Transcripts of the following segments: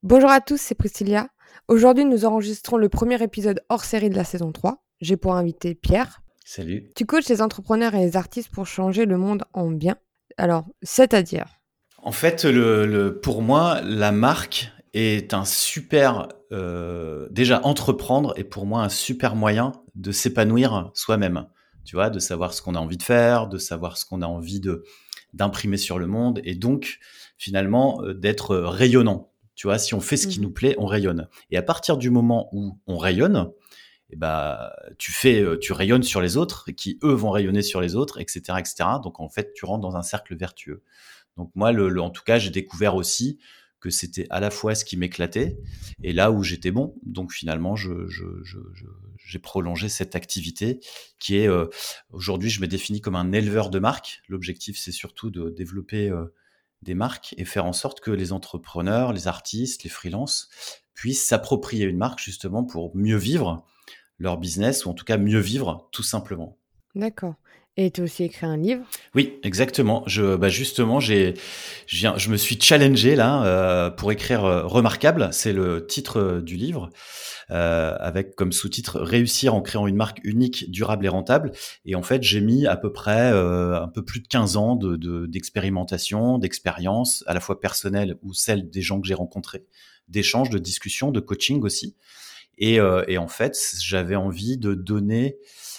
Bonjour à tous, c'est Priscilla. Aujourd'hui, nous enregistrons le premier épisode hors série de la saison 3. J'ai pour invité Pierre. Salut. Tu coaches les entrepreneurs et les artistes pour changer le monde en bien. Alors, c'est-à-dire? En fait, pour moi, la marque est un super... déjà, entreprendre est pour moi un super moyen de s'épanouir soi-même. Tu vois, de savoir ce qu'on a envie de faire, de savoir ce qu'on a envie d'imprimer sur le monde et donc, finalement, d'être rayonnant. Tu vois, si on fait ce qui nous plaît, on rayonne. Et à partir du moment où on rayonne, eh ben, tu rayonnes sur les autres, qui eux vont rayonner sur les autres, etc., etc. Donc en fait, tu rentres dans un cercle vertueux. Donc moi, en tout cas, j'ai découvert aussi que c'était à la fois ce qui m'éclatait et là où j'étais bon. Donc finalement, j'ai prolongé cette activité qui est aujourd'hui, je me définis comme un éleveur de marques. L'objectif, c'est surtout de développer des marques et faire en sorte que les entrepreneurs, les artistes, les freelances puissent s'approprier une marque justement pour mieux vivre leur business ou en tout cas mieux vivre tout simplement. D'accord. Et tu as aussi écrit un livre? Oui, exactement. Justement, je me suis challengé là pour écrire Remarquable. C'est le titre du livre avec comme sous-titre Réussir en créant une marque unique, durable et rentable. Et en fait, j'ai mis à peu près un peu plus de 15 ans d'expérimentation, d'expérience, à la fois personnelle ou celle des gens que j'ai rencontrés, d'échanges, de discussions, de coaching aussi. Et en fait, j'avais envie de donner,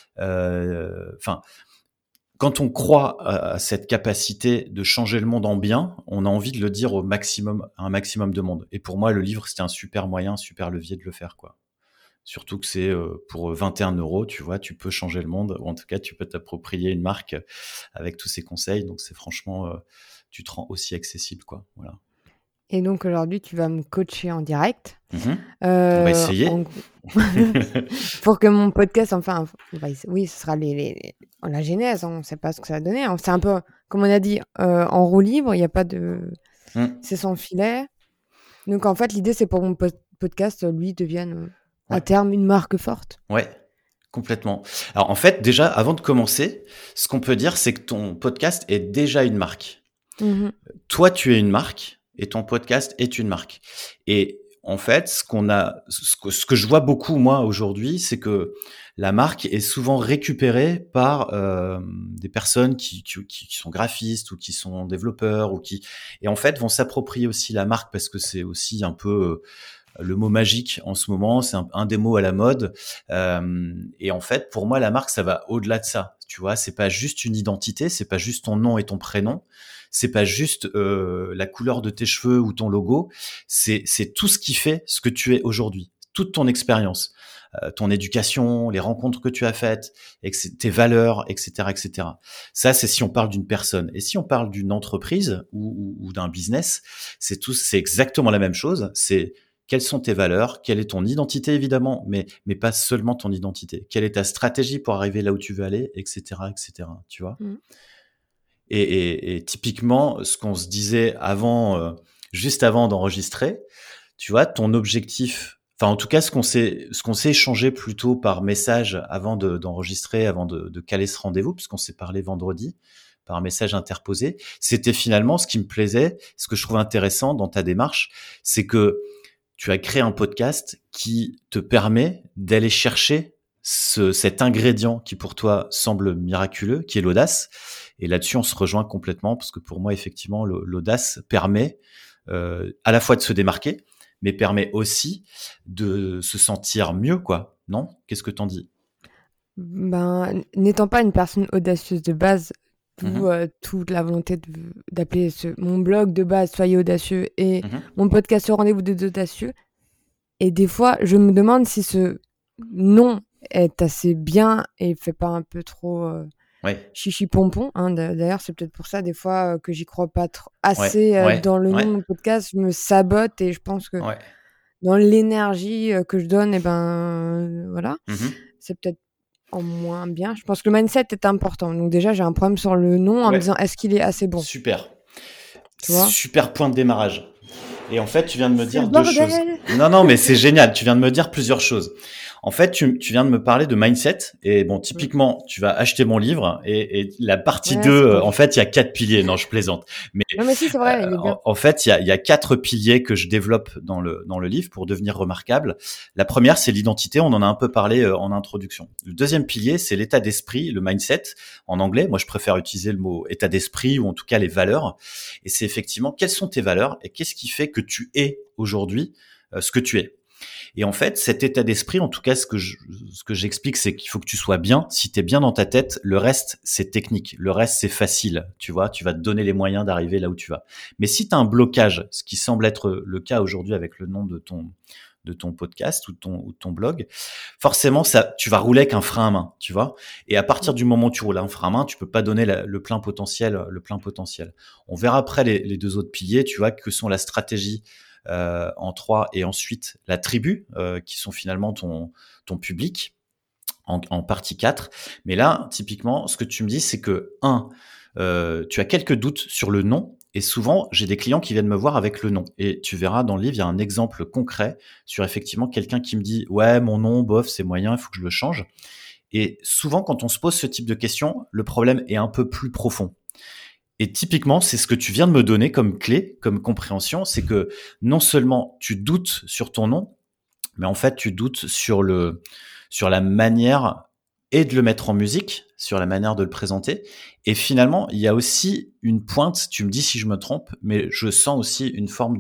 quand on croit à cette capacité de changer le monde en bien, on a envie de le dire à un maximum de monde. Et pour moi, le livre, c'était un super moyen, un super levier de le faire, quoi. Surtout que c'est pour 21 €, tu vois, tu peux changer le monde, ou en tout cas, tu peux t'approprier une marque avec tous ces conseils. Donc, c'est franchement, tu te rends aussi accessible, quoi. Voilà. Et donc aujourd'hui, tu vas me coacher en direct. On va essayer. Pour que mon podcast, oui, ce sera la genèse, on ne sait pas ce que ça va donner. C'est un peu, comme on a dit, en roue libre, il n'y a pas de... C'est sans filet. Donc en fait, l'idée, c'est pour mon podcast, lui, devienne à terme une marque forte. Ouais, complètement. Alors en fait, déjà, avant de commencer, ce qu'on peut dire, c'est que ton podcast est déjà une marque. Toi, tu es une marque et ton podcast est une marque. Et en fait, ce que je vois beaucoup moi aujourd'hui, c'est que la marque est souvent récupérée par des personnes qui sont graphistes ou qui sont développeurs et en fait vont s'approprier aussi la marque parce que c'est aussi un peu le mot magique en ce moment, c'est un des mots à la mode. Et en fait, pour moi, la marque, ça va au-delà de ça. Tu vois, c'est pas juste une identité, c'est pas juste ton nom et ton prénom, c'est pas juste la couleur de tes cheveux ou ton logo. C'est tout ce qui fait ce que tu es aujourd'hui, toute ton expérience, ton éducation, les rencontres que tu as faites, tes valeurs, etc., etc. Ça, c'est si on parle d'une personne. Et si on parle d'une entreprise ou d'un business, c'est exactement la même chose. C'est quelles sont tes valeurs, quelle est ton identité évidemment, mais pas seulement ton identité. Quelle est ta stratégie pour arriver là où tu veux aller, etc., etc. Tu vois. Et typiquement, ce qu'on se disait avant, juste avant d'enregistrer, tu vois, ton objectif, enfin en tout cas ce qu'on s'est échangé plutôt par message avant d'enregistrer, avant de caler ce rendez-vous, puisqu'on s'est parlé vendredi par un message interposé, c'était finalement ce qui me plaisait, ce que je trouve intéressant dans ta démarche, c'est que tu as créé un podcast qui te permet d'aller chercher cet ingrédient qui pour toi semble miraculeux, qui est l'audace. Et là-dessus, on se rejoint complètement parce que pour moi, effectivement, l'audace permet à la fois de se démarquer, mais permet aussi de se sentir mieux, quoi. Non ? Qu'est-ce que t'en dis ? N'étant pas une personne audacieuse de base, toute la volonté d'appeler mon blog de base Soyez audacieux et mon podcast au rendez-vous des audacieux. Et des fois, je me demande si ce nom est assez bien et fait pas un peu trop chichi pompon. D'ailleurs, c'est peut-être pour ça des fois que j'y crois pas assez dans le nom de mon podcast. Je me sabote et je pense que dans l'énergie que je donne, voilà, c'est peut-être en moins bien. Je pense que le mindset est important. Donc déjà, j'ai un problème sur le nom en me disant est-ce qu'il est assez bon ? Super. Tu vois ? Super point de démarrage. Et en fait, tu viens de me dire deux choses. Non, mais c'est génial. Tu viens de me dire plusieurs choses. En fait, tu viens de me parler de mindset et bon, typiquement, tu vas acheter mon livre et la partie 2, en fait, il y a 4 piliers. Non, je plaisante. Non, mais si, c'est vrai, il est bien. En fait, il y a 4 piliers que je développe dans le livre pour devenir remarquable. La première, c'est l'identité. On en a un peu parlé en introduction. Le deuxième pilier, c'est l'état d'esprit, le mindset en anglais. Moi, je préfère utiliser le mot état d'esprit ou en tout cas les valeurs. Et c'est effectivement quelles sont tes valeurs et qu'est-ce qui fait que tu es aujourd'hui ce que tu es. Et en fait, cet état d'esprit, en tout cas, ce que j'explique, c'est qu'il faut que tu sois bien. Si tu es bien dans ta tête, le reste, c'est technique. Le reste, c'est facile. Tu vois, tu vas te donner les moyens d'arriver là où tu vas. Mais si tu as un blocage, ce qui semble être le cas aujourd'hui avec le nom de ton podcast ou de ton blog, forcément, tu vas rouler avec un frein à main, tu vois. Et à partir du moment où tu roules un frein à main, tu peux pas donner le plein potentiel. On verra après les 2 autres piliers, tu vois, que sont la stratégie en 3 et ensuite la tribu qui sont finalement ton public en partie 4. Mais là, typiquement, ce que tu me dis, c'est que tu as quelques doutes sur le nom et souvent, j'ai des clients qui viennent me voir avec le nom et tu verras dans le livre, il y a un exemple concret sur effectivement quelqu'un qui me dit « Ouais, mon nom, bof, c'est moyen, il faut que je le change ». Et souvent, quand on se pose ce type de questions, le problème est un peu plus profond. Et typiquement, c'est ce que tu viens de me donner comme clé, comme compréhension, c'est que non seulement tu doutes sur ton nom, mais en fait, tu doutes sur la manière et de le mettre en musique, sur la manière de le présenter. Et finalement, il y a aussi une pointe, tu me dis si je me trompe, mais je sens aussi une forme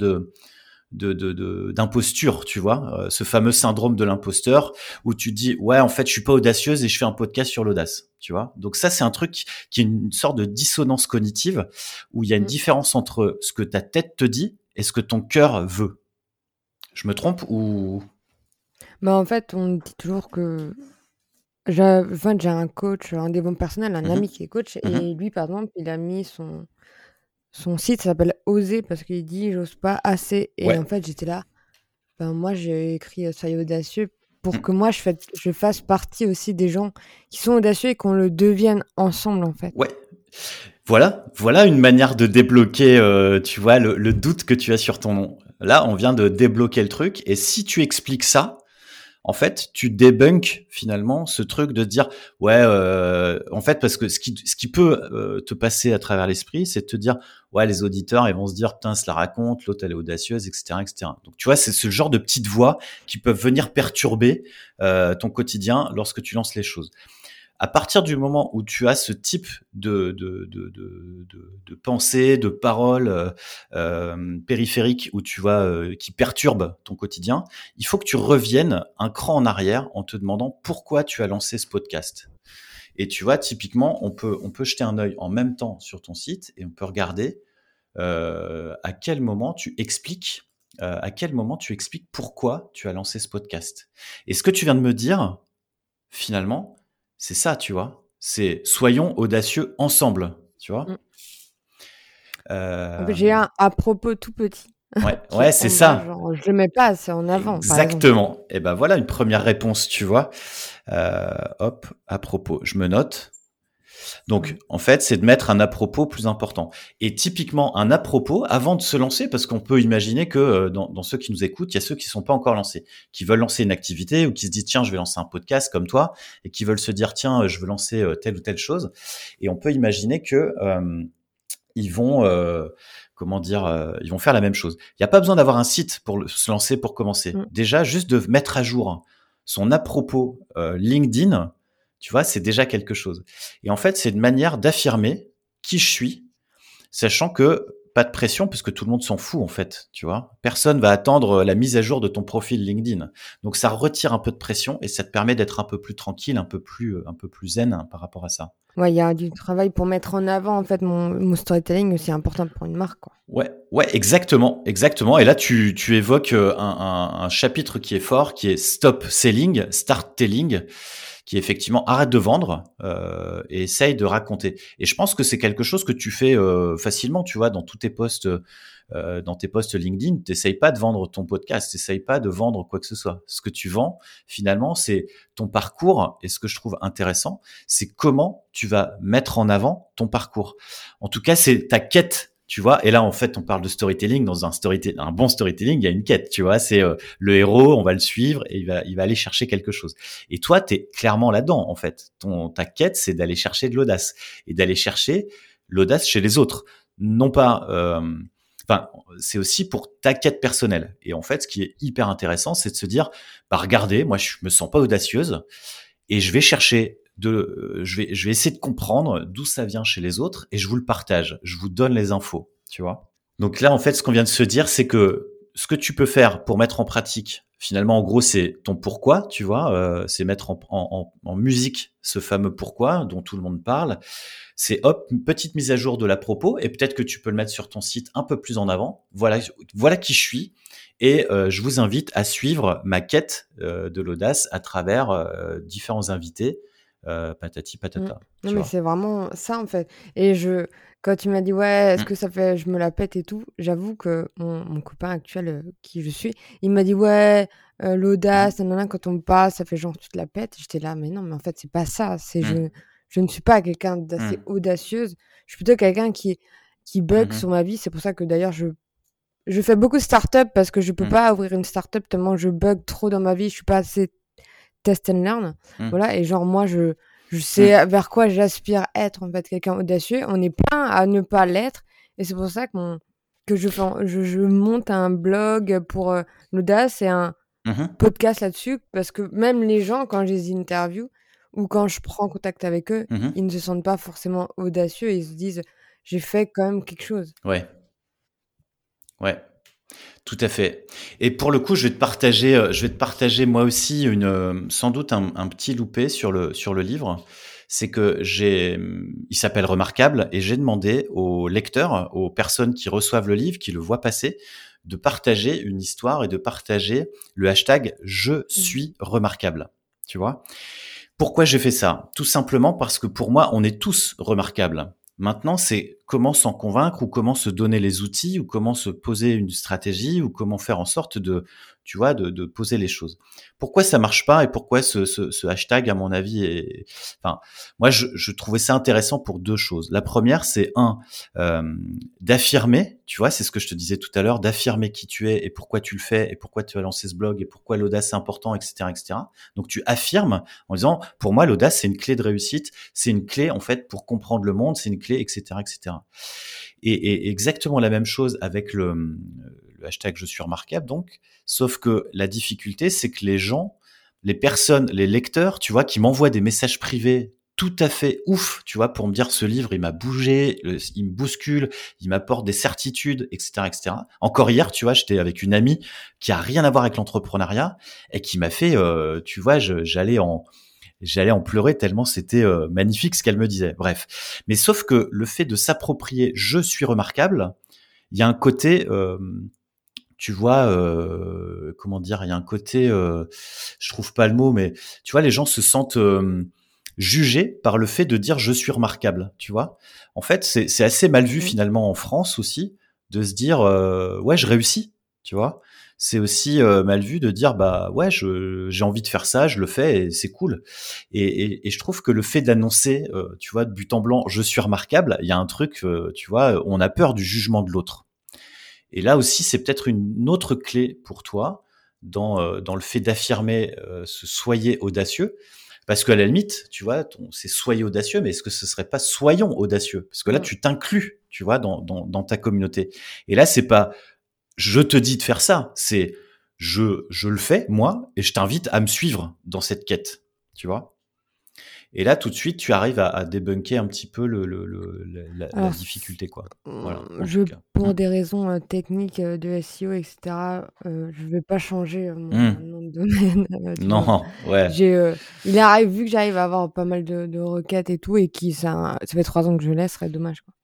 d'imposture, tu vois, ce fameux syndrome de l'imposteur où tu dis ouais en fait je suis pas audacieuse et je fais un podcast sur l'audace, tu vois. Donc ça c'est un truc qui est une sorte de dissonance cognitive où il y a une différence entre ce que ta tête te dit et ce que ton cœur veut. Je me trompe ou Bah en fait on dit toujours que j'ai un coach en développement personnel, un ami qui est coach et lui par exemple il a mis son site s'appelle Oser parce qu'il dit j'ose pas assez et en fait j'étais là. Ben moi j'ai écrit Soyez audacieux pour que moi je fasse partie aussi des gens qui sont audacieux et qu'on le devienne ensemble en fait. Ouais. Voilà une manière de débloquer, tu vois, le doute que tu as sur ton nom. Là, on vient de débloquer le truc et si tu expliques ça, en fait, tu débunks finalement ce truc de dire ouais, en fait, parce que ce qui peut te passer à travers l'esprit, c'est de te dire ouais, les auditeurs, ils vont se dire putain, se la raconte, l'autre elle est audacieuse, etc., etc. Donc tu vois, c'est ce genre de petites voix qui peuvent venir perturber ton quotidien lorsque tu lances les choses. À partir du moment où tu as ce type de pensée, de paroles périphériques où tu vois qui perturbent ton quotidien, il faut que tu reviennes un cran en arrière en te demandant pourquoi tu as lancé ce podcast. Et tu vois, typiquement, on peut jeter un œil en même temps sur ton site et on peut regarder à quel moment tu expliques pourquoi tu as lancé ce podcast. Et ce que tu viens de me dire, finalement, c'est ça, tu vois. C'est soyons audacieux ensemble, tu vois. J'ai un à propos tout petit. Ouais, c'est ça. Genre, je le mets pas assez en avant. Exactement. Et ben voilà une première réponse, tu vois. Hop, à propos, je me note. Donc, en fait, c'est de mettre un à propos plus important. Et typiquement, un à propos, avant de se lancer, parce qu'on peut imaginer que dans ceux qui nous écoutent, il y a ceux qui ne sont pas encore lancés, qui veulent lancer une activité ou qui se disent, tiens, je vais lancer un podcast comme toi, et qui veulent se dire, tiens, je veux lancer telle ou telle chose. Et on peut imaginer que ils vont... ils vont faire la même chose. Il n'y a pas besoin d'avoir un site pour se lancer, pour commencer. Déjà, juste de mettre à jour son à propos LinkedIn, tu vois, c'est déjà quelque chose. Et en fait, c'est une manière d'affirmer qui je suis, sachant que pas de pression, puisque tout le monde s'en fout, en fait, tu vois. Personne va attendre la mise à jour de ton profil LinkedIn. Donc, ça retire un peu de pression et ça te permet d'être un peu plus tranquille, un peu plus zen par rapport à ça. Ouais, il y a du travail pour mettre en avant, en fait, mon storytelling aussi important pour une marque, quoi. Ouais, exactement. Et là, tu évoques un chapitre qui est fort, qui est Stop Selling, Start Telling, qui effectivement arrête de vendre et essaye de raconter. Et je pense que c'est quelque chose que tu fais facilement, tu vois, dans tous tes posts, dans tes posts LinkedIn. T'essayes pas de vendre ton podcast, t'essayes pas de vendre quoi que ce soit. Ce que tu vends, finalement, c'est ton parcours. Et ce que je trouve intéressant, c'est comment tu vas mettre en avant ton parcours. En tout cas, c'est ta quête Tu vois, et là en fait on parle de storytelling. Dans un bon storytelling, il y a une quête, tu vois, c'est le héros, on va le suivre et il va aller chercher quelque chose. Et toi, t'es clairement là-dedans en fait. Ta quête, c'est d'aller chercher de l'audace et d'aller chercher l'audace chez les autres, non pas. Enfin, c'est aussi pour ta quête personnelle. Et en fait, ce qui est hyper intéressant, c'est de se dire, bah regardez, moi je me sens pas audacieuse et je vais chercher je vais essayer de comprendre d'où ça vient chez les autres et je vous le partage. Je vous donne les infos, tu vois. Donc là, en fait, ce qu'on vient de se dire, c'est que ce que tu peux faire pour mettre en pratique, finalement, en gros, c'est ton pourquoi, tu vois, c'est mettre en musique ce fameux pourquoi dont tout le monde parle. C'est hop, une petite mise à jour de la propos et peut-être que tu peux le mettre sur ton site un peu plus en avant. Voilà qui je suis. Et je vous invite à suivre ma quête de l'audace à travers différents invités, patati patata. Non, Tu mais vois. c'est vraiment ça, en fait. Et quand tu m'as dit, ouais, est-ce que ça fait, je me la pète et tout, j'avoue que mon copain actuel, qui je suis, il m'a dit, ouais, l'audace, nanana, quand on me parle, ça fait genre, tu te la pètes. J'étais là, mais non, mais en fait, c'est pas ça. Je ne suis pas quelqu'un d'assez audacieuse. Je suis plutôt quelqu'un qui bug sur ma vie. C'est pour ça que d'ailleurs, je fais beaucoup de start-up parce que je peux pas ouvrir une start-up tellement je bug trop dans ma vie. Je suis pas assez test and learn. Voilà. Et genre, moi, je sais vers quoi j'aspire être, en fait, quelqu'un audacieux. On est plein à ne pas l'être. Et c'est pour ça que je monte un blog pour l'audace et un podcast là-dessus. Parce que même les gens, quand je les interview ou quand je prends contact avec eux, ils ne se sentent pas forcément audacieux. Ils se disent, j'ai fait quand même quelque chose. Ouais, ouais. Tout à fait. Et pour le coup, je vais te partager moi aussi sans doute un petit loupé sur le livre. C'est que il s'appelle Remarquable et j'ai demandé aux lecteurs, aux personnes qui reçoivent le livre, qui le voient passer, de partager une histoire et de partager le hashtag Je suis remarquable. Tu vois? Pourquoi j'ai fait ça? Tout simplement parce que pour moi, on est tous remarquables. Maintenant, c'est comment s'en convaincre ou comment se donner les outils ou comment se poser une stratégie ou comment faire en sorte tu vois, de poser les choses. Pourquoi ça marche pas et pourquoi ce hashtag, à mon avis, enfin, moi, je trouvais ça intéressant pour deux choses. La première, c'est d'affirmer, tu vois, c'est ce que je te disais tout à l'heure, d'affirmer qui tu es et pourquoi tu le fais et pourquoi tu as lancé ce blog et pourquoi l'audace est important, etc., etc. Donc, tu affirmes en disant, pour moi, l'audace, c'est une clé de réussite, c'est une clé, en fait, pour comprendre le monde, c'est une clé, etc., etc. Et exactement la même chose avec le hashtag Je suis remarquable, donc, sauf que la difficulté, c'est que les personnes, les lecteurs, tu vois, qui m'envoient des messages privés tout à fait ouf, tu vois, pour me dire ce livre, il m'a bougé, il me bouscule, il m'apporte des certitudes, etc., etc. Encore hier, tu vois, j'étais avec une amie qui a rien à voir avec l'entrepreneuriat et qui m'a fait, tu vois, j'allais en pleurer tellement c'était magnifique ce qu'elle me disait. Bref. Mais sauf que le fait de s'approprier je suis remarquable, il y a un côté, tu vois, comment dire, il y a un côté, je trouve pas le mot, mais tu vois, les gens se sentent jugés par le fait de dire je suis remarquable, tu vois. En fait, c'est assez mal vu finalement en France aussi de se dire ouais, je réussis, tu vois. C'est aussi mal vu de dire bah ouais, j'ai envie de faire ça, je le fais et c'est cool. Et je trouve que le fait d'annoncer, tu vois, de but en blanc, je suis remarquable, il y a un truc, tu vois, on a peur du jugement de l'autre. Et là aussi, c'est peut-être une autre clé pour toi dans le fait d'affirmer ce soyez audacieux. Parce qu'à la limite, tu vois, c'est soyez audacieux, mais est-ce que ce serait pas soyons audacieux? Parce que là, tu t'inclus, tu vois, dans ta communauté. Et là, c'est pas je te dis de faire ça, c'est je le fais, moi, et je t'invite à me suivre dans cette quête, tu vois. Et là, tout de suite, tu arrives à débunker un petit peu la Alors, difficulté, quoi. Voilà, en je tout cas. pour des raisons, techniques, de SEO et cetera, je vais pas changer, mon nom de domaine, tu vois? Non, ouais. Il arrive vu que j'arrive à avoir pas mal de requêtes et tout et ça fait 3 ans que je laisse, ce serait dommage, quoi.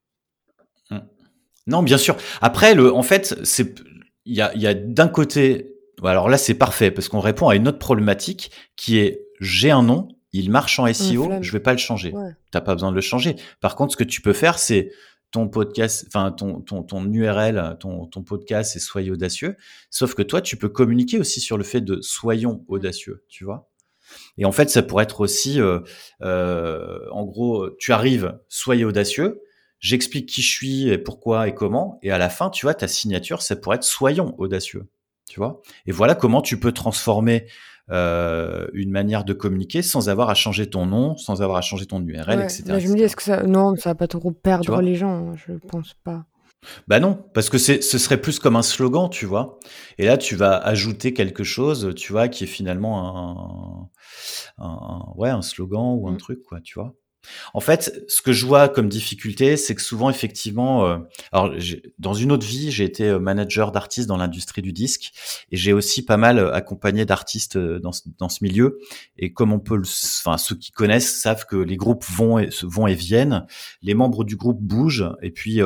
Mmh. Non, bien sûr. Après, en fait, il y a d'un côté, alors là, c'est parfait parce qu'on répond à une autre problématique qui est j'ai un nom, il marche en SEO, Flemme. je vais pas le changer. Ouais. T'as pas besoin de le changer. Par contre, ce que tu peux faire, c'est ton podcast, enfin ton URL, ton podcast, c'est Soyez audacieux. Sauf que toi, tu peux communiquer aussi sur le fait de soyons audacieux, tu vois. Et en fait, ça pourrait être aussi, en gros, tu arrives, soyez audacieux. j'explique qui je suis et pourquoi et comment, et à la fin, tu vois, ta signature, ça pourrait être soyons audacieux, tu vois. Et voilà comment tu peux transformer une manière de communiquer sans avoir à changer ton nom, sans avoir à changer ton URL, Ouais, etc., là, je me dis, est-ce etc. que ça... Non, ça va pas trop Tu perdre vois? les gens, je pense pas. Bah non, parce que ce serait plus comme un slogan, tu vois. Et là, tu vas ajouter quelque chose, tu vois, qui est finalement ouais, un slogan ou un Mm. truc, quoi, tu vois. En fait, ce que je vois comme difficulté, c'est que souvent, effectivement, alors dans une autre vie, j'ai été manager d'artistes dans l'industrie du disque, et j'ai aussi pas mal accompagné d'artistes dans ce milieu. Et comme on peut, enfin ceux qui connaissent savent que les groupes vont et viennent, les membres du groupe bougent, et puis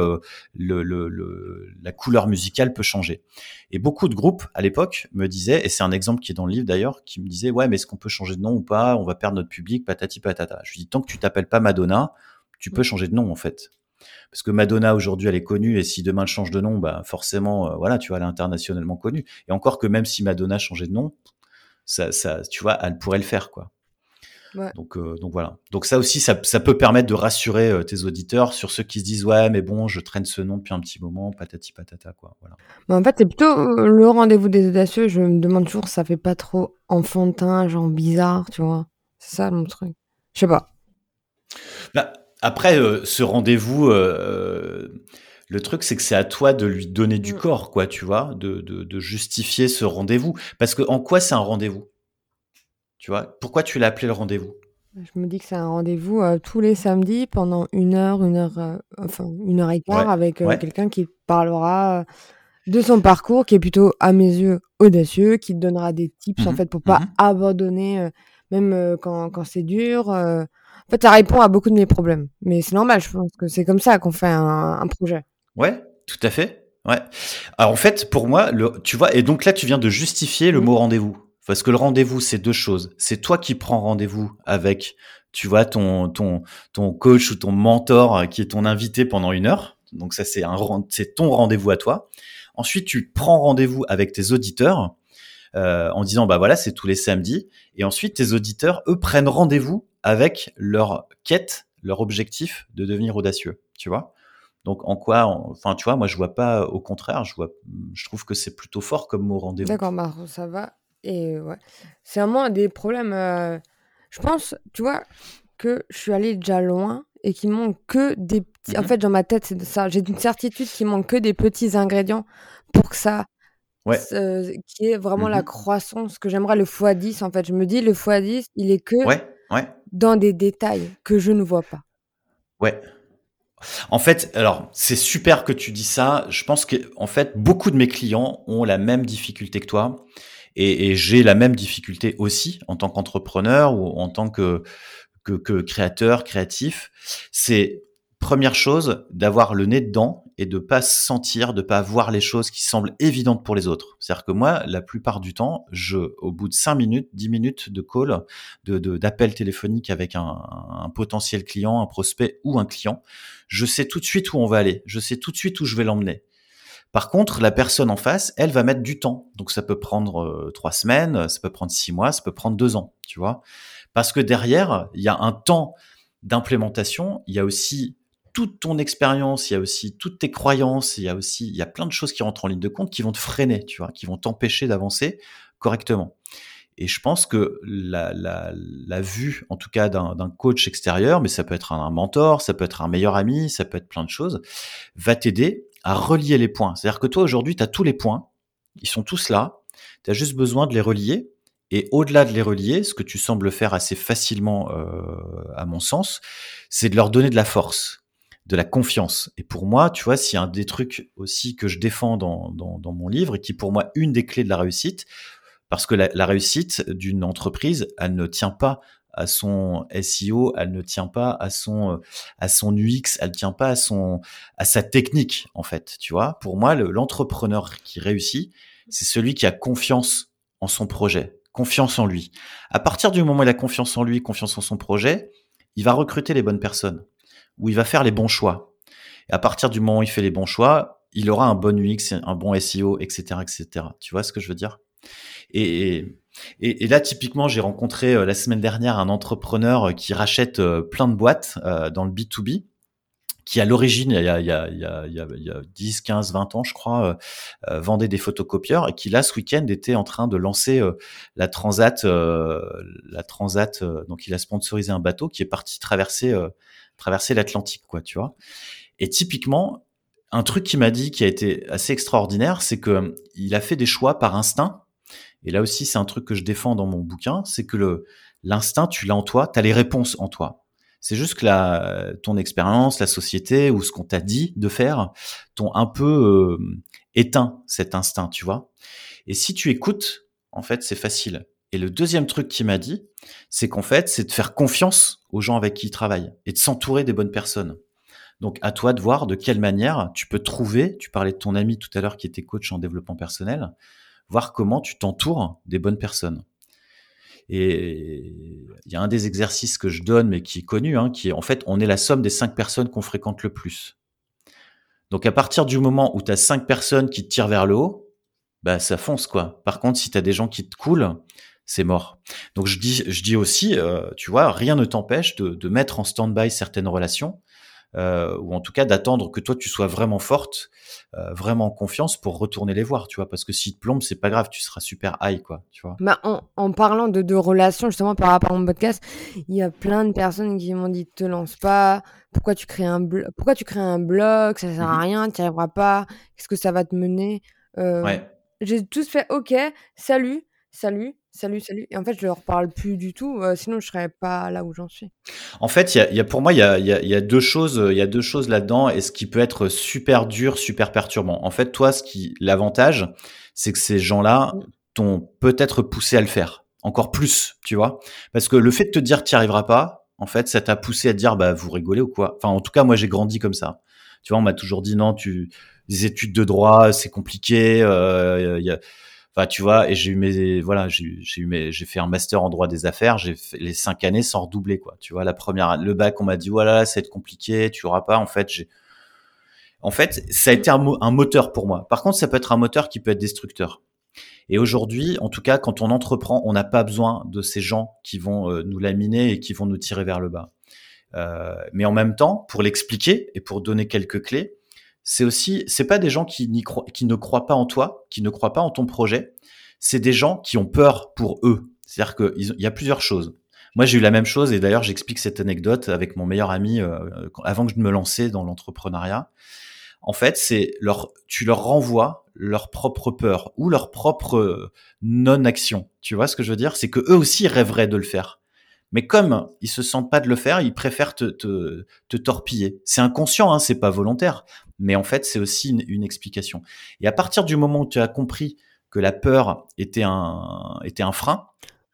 la couleur musicale peut changer. Et beaucoup de groupes à l'époque me disaient, et c'est un exemple qui est dans le livre d'ailleurs, qui me disait ouais, mais est-ce qu'on peut changer de nom ou pas? On va perdre notre public, patati patata. Je lui dis tant que tu t'appelles pas Madonna, tu peux changer de nom en fait. Parce que Madonna aujourd'hui elle est connue, et si demain elle change de nom, bah forcément voilà, tu vois, elle est internationalement connue. Et encore que même si Madonna changeait de nom, ça tu vois, elle pourrait le faire quoi. Ouais. Donc voilà. Donc ça aussi, ça peut permettre de rassurer tes auditeurs sur ceux qui se disent ouais, mais bon, je traîne ce nom depuis un petit moment, patati patata quoi. Voilà. Mais en fait, c'est plutôt le rendez-vous des audacieux. Je me demande toujours, ça fait pas trop enfantin, genre bizarre, tu vois. C'est ça mon truc. Je sais pas. Bah, après, ce rendez-vous, le truc, c'est que c'est à toi de lui donner du Mm. corps, quoi, tu vois, de justifier ce rendez-vous. Parce que en quoi c'est un rendez-vous? Tu vois? Pourquoi tu l'as appelé le rendez-vous? Je me dis que c'est un rendez-vous tous les samedis pendant enfin 1 heure et quart Ouais, avec ouais. quelqu'un qui parlera de son parcours, qui est plutôt, à mes yeux, audacieux, qui te donnera des tips, en Mmh fait, pour pas mh. abandonner, même quand c'est dur. En fait, ça répond à beaucoup de mes problèmes. Mais c'est normal, je pense que c'est comme ça qu'on fait un projet. Ouais, tout à fait. Ouais. Alors en fait, pour moi, tu vois, et donc là, tu viens de justifier le Mmh. mot rendez-vous. Parce que le rendez-vous, c'est 2 choses. C'est toi qui prends rendez-vous avec, tu vois, ton coach ou ton mentor qui est ton invité pendant 1 heure. Donc ça, c'est ton rendez-vous à toi. Ensuite, tu prends rendez-vous avec tes auditeurs en disant, bah voilà, c'est tous les samedis. Et ensuite, tes auditeurs, eux, prennent rendez-vous avec leur quête, leur objectif de devenir audacieux. Tu vois? Donc en quoi, enfin tu vois, moi je vois pas, au contraire, je trouve que c'est plutôt fort comme mot rendez-vous. D'accord, bah, ça va. Et ouais. C'est vraiment un des problèmes, je pense, tu vois, que je suis allée déjà loin et qu'il manque que des petits, en Mmh. fait, dans ma tête, c'est ça. J'ai une certitude qu'il manque que des petits ingrédients pour que ça Ouais. qui est vraiment la Mmh. croissance que j'aimerais, le x10 en fait. Je me dis le x10, il est que Ouais, ouais, dans des détails que je ne vois pas. ouais. En fait, alors c'est super que tu dis ça. Je pense qu'en fait, beaucoup de mes clients ont la même difficulté que toi, et j'ai la même difficulté aussi en tant qu'entrepreneur ou en tant que créateur, créatif. C'est première chose d'avoir le nez dedans et de pas sentir, de pas voir les choses qui semblent évidentes pour les autres. C'est-à-dire que moi, la plupart du temps, au bout de 5 minutes, 10 minutes de call, d'appel téléphonique avec un potentiel client, un prospect ou un client, je sais tout de suite où on va aller. Je sais tout de suite où je vais l'emmener. Par contre, la personne en face, elle va mettre du temps. Donc ça peut prendre 3 semaines, ça peut prendre 6 mois, ça peut prendre 2 ans, tu vois. Parce que derrière, il y a un temps d'implémentation, il y a aussi toute ton expérience, il y a aussi toutes tes croyances, il y a plein de choses qui rentrent en ligne de compte qui vont te freiner, tu vois, qui vont t'empêcher d'avancer correctement. Et je pense que la vue, en tout cas d'un coach extérieur, mais ça peut être un mentor, ça peut être un meilleur ami, ça peut être plein de choses, va t'aider à relier les points. C'est-à-dire que toi, aujourd'hui, tu as tous les points, ils sont tous là, tu as juste besoin de les relier. Et au-delà de les relier, ce que tu sembles faire assez facilement, à mon sens, c'est de leur donner de la force, de la confiance. Et pour moi, tu vois, s'il y a un des trucs aussi que je défends dans mon livre, et qui pour moi une des clés de la réussite, parce que la réussite d'une entreprise, elle ne tient pas à son SEO, elle ne tient pas à son UX, elle ne tient pas à sa technique, en fait, tu vois. Pour moi, l'entrepreneur qui réussit, c'est celui qui a confiance en son projet, confiance en lui. À partir du moment où il a confiance en lui, confiance en son projet, il va recruter les bonnes personnes, ou il va faire les bons choix. Et à partir du moment où il fait les bons choix, il aura un bon UX, un bon SEO, etc., etc. Tu vois ce que je veux dire? Et, et là, typiquement, j'ai rencontré la semaine dernière un entrepreneur qui rachète plein de boîtes dans le B2B, qui à l'origine, il y a 10, 15, 20 ans, je crois, vendait des photocopieurs et qui là, ce week-end, était en train de lancer la Transat. Donc, il a sponsorisé un bateau qui est parti traverser l'Atlantique, quoi, tu vois. Et typiquement, un truc qu'il m'a dit qui a été assez extraordinaire, c'est que il a fait des choix par instinct. Et là aussi, c'est un truc que je défends dans mon bouquin, c'est que l'instinct, tu l'as en toi, tu as les réponses en toi. C'est juste que ton expérience, la société ou ce qu'on t'a dit de faire t'ont un peu éteint cet instinct, tu vois. Et si tu écoutes, en fait, c'est facile. Et le deuxième truc qu'il m'a dit, c'est qu'en fait, c'est de faire confiance aux gens avec qui il travaille et de s'entourer des bonnes personnes. Donc, à toi de voir de quelle manière tu peux trouver, tu parlais de ton ami tout à l'heure qui était coach en développement personnel, voir comment tu t'entoures des bonnes personnes. Et il y a un des exercices que je donne, mais qui est connu, qui est en fait, on est la somme des 5 personnes qu'on fréquente le plus. Donc, à partir du moment où tu as 5 personnes qui te tirent vers le haut, bah, ça fonce, quoi. Par contre, si tu as des gens qui te coulent, c'est mort. Donc, je dis aussi, tu vois, rien ne t'empêche de mettre en stand-by certaines relations, ou en tout cas d'attendre que toi tu sois vraiment forte, vraiment en confiance pour retourner les voir, tu vois, parce que s'ils te plombent, c'est pas grave, tu seras super high, quoi, tu vois. Bah, en parlant de relations, justement, par rapport à mon podcast, il y a plein de personnes qui m'ont dit, te lance pas, pourquoi tu crées un blog, ça sert à rien, tu n'y arriveras pas, qu'est-ce que ça va te mener? Ouais. J'ai tous fait, ok, salut. Et en fait, je leur parle plus du tout, sinon je serais pas là où j'en suis. En fait, pour moi, il y a deux choses là-dedans, et ce qui peut être super dur, super perturbant. En fait, toi, l'avantage, c'est que ces gens-là t'ont peut-être poussé à le faire encore plus, tu vois, parce que le fait de te dire t'y arriveras pas, en fait, ça t'a poussé à te dire, bah, vous rigolez ou quoi. Enfin, en tout cas, moi, j'ai grandi comme ça. Tu vois, on m'a toujours dit non, les études de droit, c'est compliqué. Enfin, tu vois, et j'ai fait un master en droit des affaires. J'ai fait les 5 années sans redoubler, quoi. Tu vois, le bac, on m'a dit voilà, ça va être compliqué, tu auras pas. En fait, ça a été un moteur pour moi. Par contre, ça peut être un moteur qui peut être destructeur. Et aujourd'hui, en tout cas, quand on entreprend, on n'a pas besoin de ces gens qui vont nous laminer et qui vont nous tirer vers le bas. Mais en même temps, pour l'expliquer et pour donner quelques clés, c'est pas des gens qui ne croient pas en toi, qui ne croient pas en ton projet. C'est des gens qui ont peur pour eux. C'est-à-dire qu'il y a plusieurs choses. Moi, j'ai eu la même chose, et d'ailleurs, j'explique cette anecdote avec mon meilleur ami avant que je me lançais dans l'entrepreneuriat. En fait, tu leur renvoies leur propre peur ou leur propre non-action. Tu vois ce que je veux dire? C'est que eux aussi rêveraient de le faire. Mais comme ils se sentent pas de le faire, ils préfèrent te torpiller. C'est inconscient, hein, c'est pas volontaire. Mais en fait, c'est aussi une explication. Et à partir du moment où tu as compris que la peur était un frein,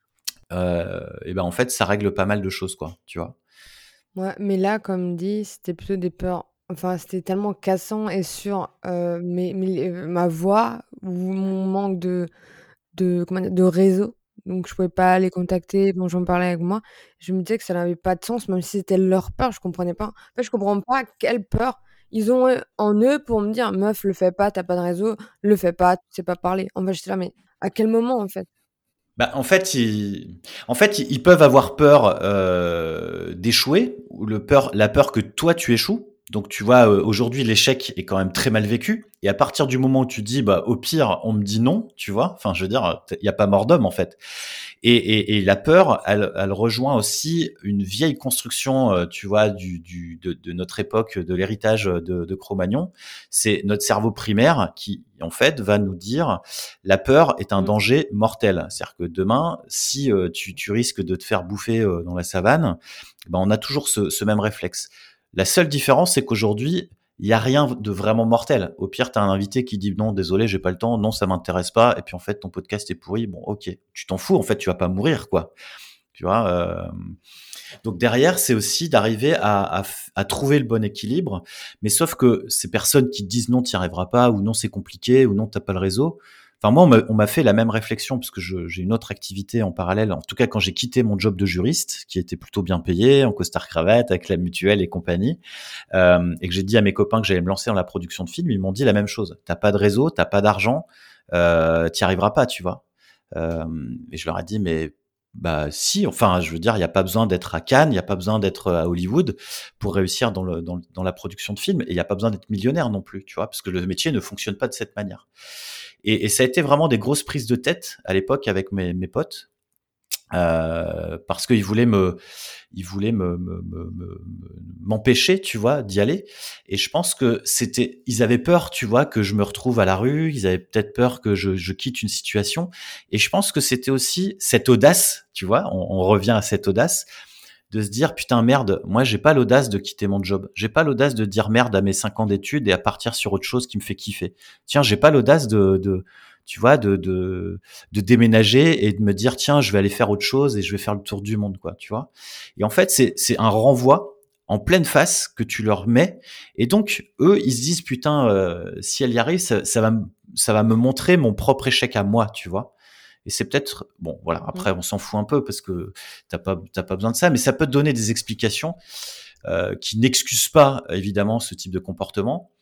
et ben en fait, ça règle pas mal de choses, quoi. Tu vois. Ouais, mais là, comme dit, c'était plutôt des peurs. Enfin, c'était tellement cassant et sur ma voix ou mon manque de réseau. Donc, je pouvais pas les contacter, bon, j'en parlais avec moi. Je me disais que ça n'avait pas de sens, même si c'était leur peur, je comprenais pas. En fait, je comprends pas quelle peur ils ont en eux pour me dire, meuf, le fais pas, t'as pas de réseau, le fais pas, tu sais pas parler. En fait, j'étais là, mais à quel moment, en fait? Bah, en fait, ils peuvent avoir peur d'échouer, ou la peur que toi tu échoues. Donc tu vois, aujourd'hui l'échec est quand même très mal vécu. Et à partir du moment où tu dis, bah au pire, on me dit non, tu vois. Enfin, je veux dire, il y a pas mort d'homme en fait. Et la peur, elle rejoint aussi une vieille construction, tu vois, de notre époque, de l'héritage de Cro-Magnon. C'est notre cerveau primaire qui, en fait, va nous dire la peur est un danger mortel. C'est-à-dire que demain, si tu risques de te faire bouffer dans la savane, ben on a toujours ce même réflexe. La seule différence, c'est qu'aujourd'hui, il y a rien de vraiment mortel. Au pire, tu as un invité qui dit non, désolé, j'ai pas le temps, non, ça m'intéresse pas, et puis en fait, ton podcast est pourri. Bon, ok, tu t'en fous, en fait, tu vas pas mourir, quoi. Tu vois. Donc derrière, c'est aussi d'arriver à trouver le bon équilibre. Mais sauf que ces personnes qui disent non, tu n'y arriveras pas, ou non, c'est compliqué, ou non, t'as pas le réseau. Enfin, moi, on m'a fait la même réflexion, parce que j'ai une autre activité en parallèle. En tout cas, quand j'ai quitté mon job de juriste, qui était plutôt bien payé, en costard-cravate, avec la mutuelle et compagnie, et que j'ai dit à mes copains que j'allais me lancer dans la production de films, ils m'ont dit la même chose. T'as pas de réseau, t'as pas d'argent, t'y arriveras pas, tu vois. Et je leur ai dit, mais bah si, enfin, je veux dire, il y a pas besoin d'être à Cannes, il y a pas besoin d'être à Hollywood pour réussir dans la production de films, et il y a pas besoin d'être millionnaire non plus, tu vois, parce que le métier ne fonctionne pas de cette manière. Et ça a été vraiment des grosses prises de tête à l'époque avec mes potes, parce qu'ils voulaient m'empêcher, tu vois, d'y aller. Et je pense que ils avaient peur, tu vois, que je me retrouve à la rue. Ils avaient peut-être peur que je quitte une situation. Et je pense que c'était aussi cette audace, tu vois, on revient à cette audace de se dire, putain, merde, moi, j'ai pas l'audace de quitter mon job. J'ai pas l'audace de dire merde à mes 5 ans d'études et à partir sur autre chose qui me fait kiffer. Tiens, j'ai pas l'audace tu vois, de déménager et de me dire, tiens, je vais aller faire autre chose et je vais faire le tour du monde, quoi, tu vois. Et en fait, c'est un renvoi en pleine face que tu leur mets. Et donc, eux, ils se disent, putain, si elle y arrive, ça va me montrer mon propre échec à moi, tu vois. Et c'est peut-être, bon, voilà, après, on s'en fout un peu parce que t'as pas besoin de ça, mais ça peut te donner des explications qui n'excusent pas, évidemment, ce type de comportement,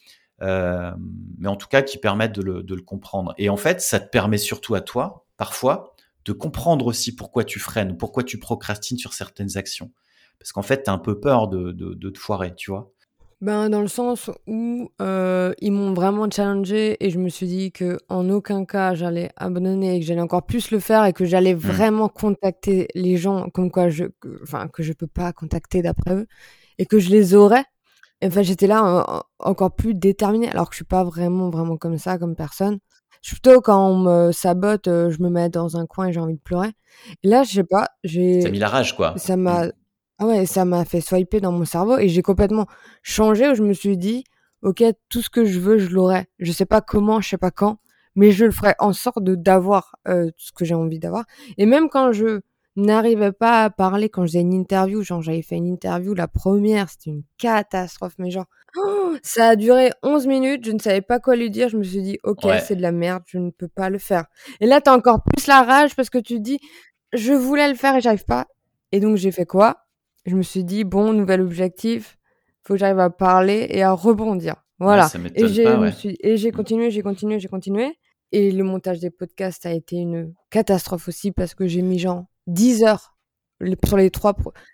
mais en tout cas, qui permettent de le comprendre. Et en fait, ça te permet surtout à toi, parfois, de comprendre aussi pourquoi tu freines, pourquoi tu procrastines sur certaines actions. Parce qu'en fait, t'as un peu peur de te foirer, tu vois. Ben, dans le sens où ils m'ont vraiment challengé et je me suis dit que en aucun cas j'allais abandonner et que j'allais encore plus le faire et que j'allais vraiment contacter les gens comme quoi que je peux pas contacter d'après eux et que je les aurais. Et enfin, j'étais là encore plus déterminée alors que je suis pas vraiment comme ça comme personne. Je suis plutôt quand on me sabote, je me mets dans un coin et j'ai envie de pleurer. Et là, je sais pas, T'as mis la rage, quoi. ça m'a ah ouais, ça m'a fait swiper dans mon cerveau et j'ai complètement changé où je me suis dit: «OK, tout ce que je veux, je l'aurai. Je sais pas comment, je sais pas quand, mais je le ferai en sorte d'avoir, ce que j'ai envie d'avoir» et même quand je n'arrivais pas à parler, quand je faisais une interview, genre j'avais fait une interview, la première, c'était une catastrophe, mais genre, ça a duré 11 minutes, je ne savais pas quoi lui dire, je me suis dit: «OK, Ouais. c'est de la merde, je ne peux pas le faire» et là, tu as encore plus la rage parce que tu te dis: «Je voulais le faire et j'arrive pas» et donc j'ai fait quoi? Je me suis dit: «Bon, nouvel objectif, faut que j'arrive à parler et à rebondir». Ouais, Voilà ça m'étonne pas, ouais. j'ai Mmh. continué et le montage des podcasts a été une catastrophe aussi parce que j'ai mis genre 10 heures sur les 3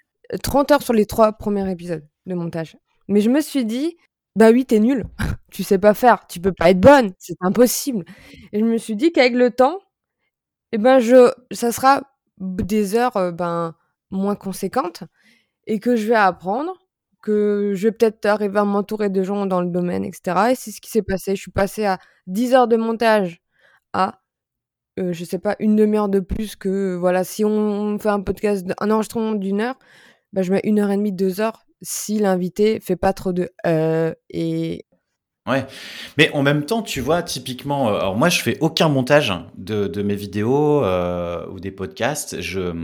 30 heures sur les 3 premiers épisodes de montage. Mais je me suis dit: «Bah oui, tu es nulle, tu sais pas faire, tu peux pas être bonne, c'est impossible» et je me suis dit qu'avec le temps et ben ça sera des heures, moins conséquentes et que je vais apprendre, que je vais peut-être arriver à m'entourer de gens dans le domaine et cetera et c'est ce qui s'est passé. Je suis passée à 10 heures de montage à, je sais pas, une demi heure de plus que, voilà, si on fait un podcast un enregistrement d'1 heure, bah, je mets 1 heure et demie, 2 heures si l'invité fait pas trop de et Ouais, mais en même temps, tu vois, typiquement, alors moi, je fais aucun montage de mes vidéos ou des podcasts.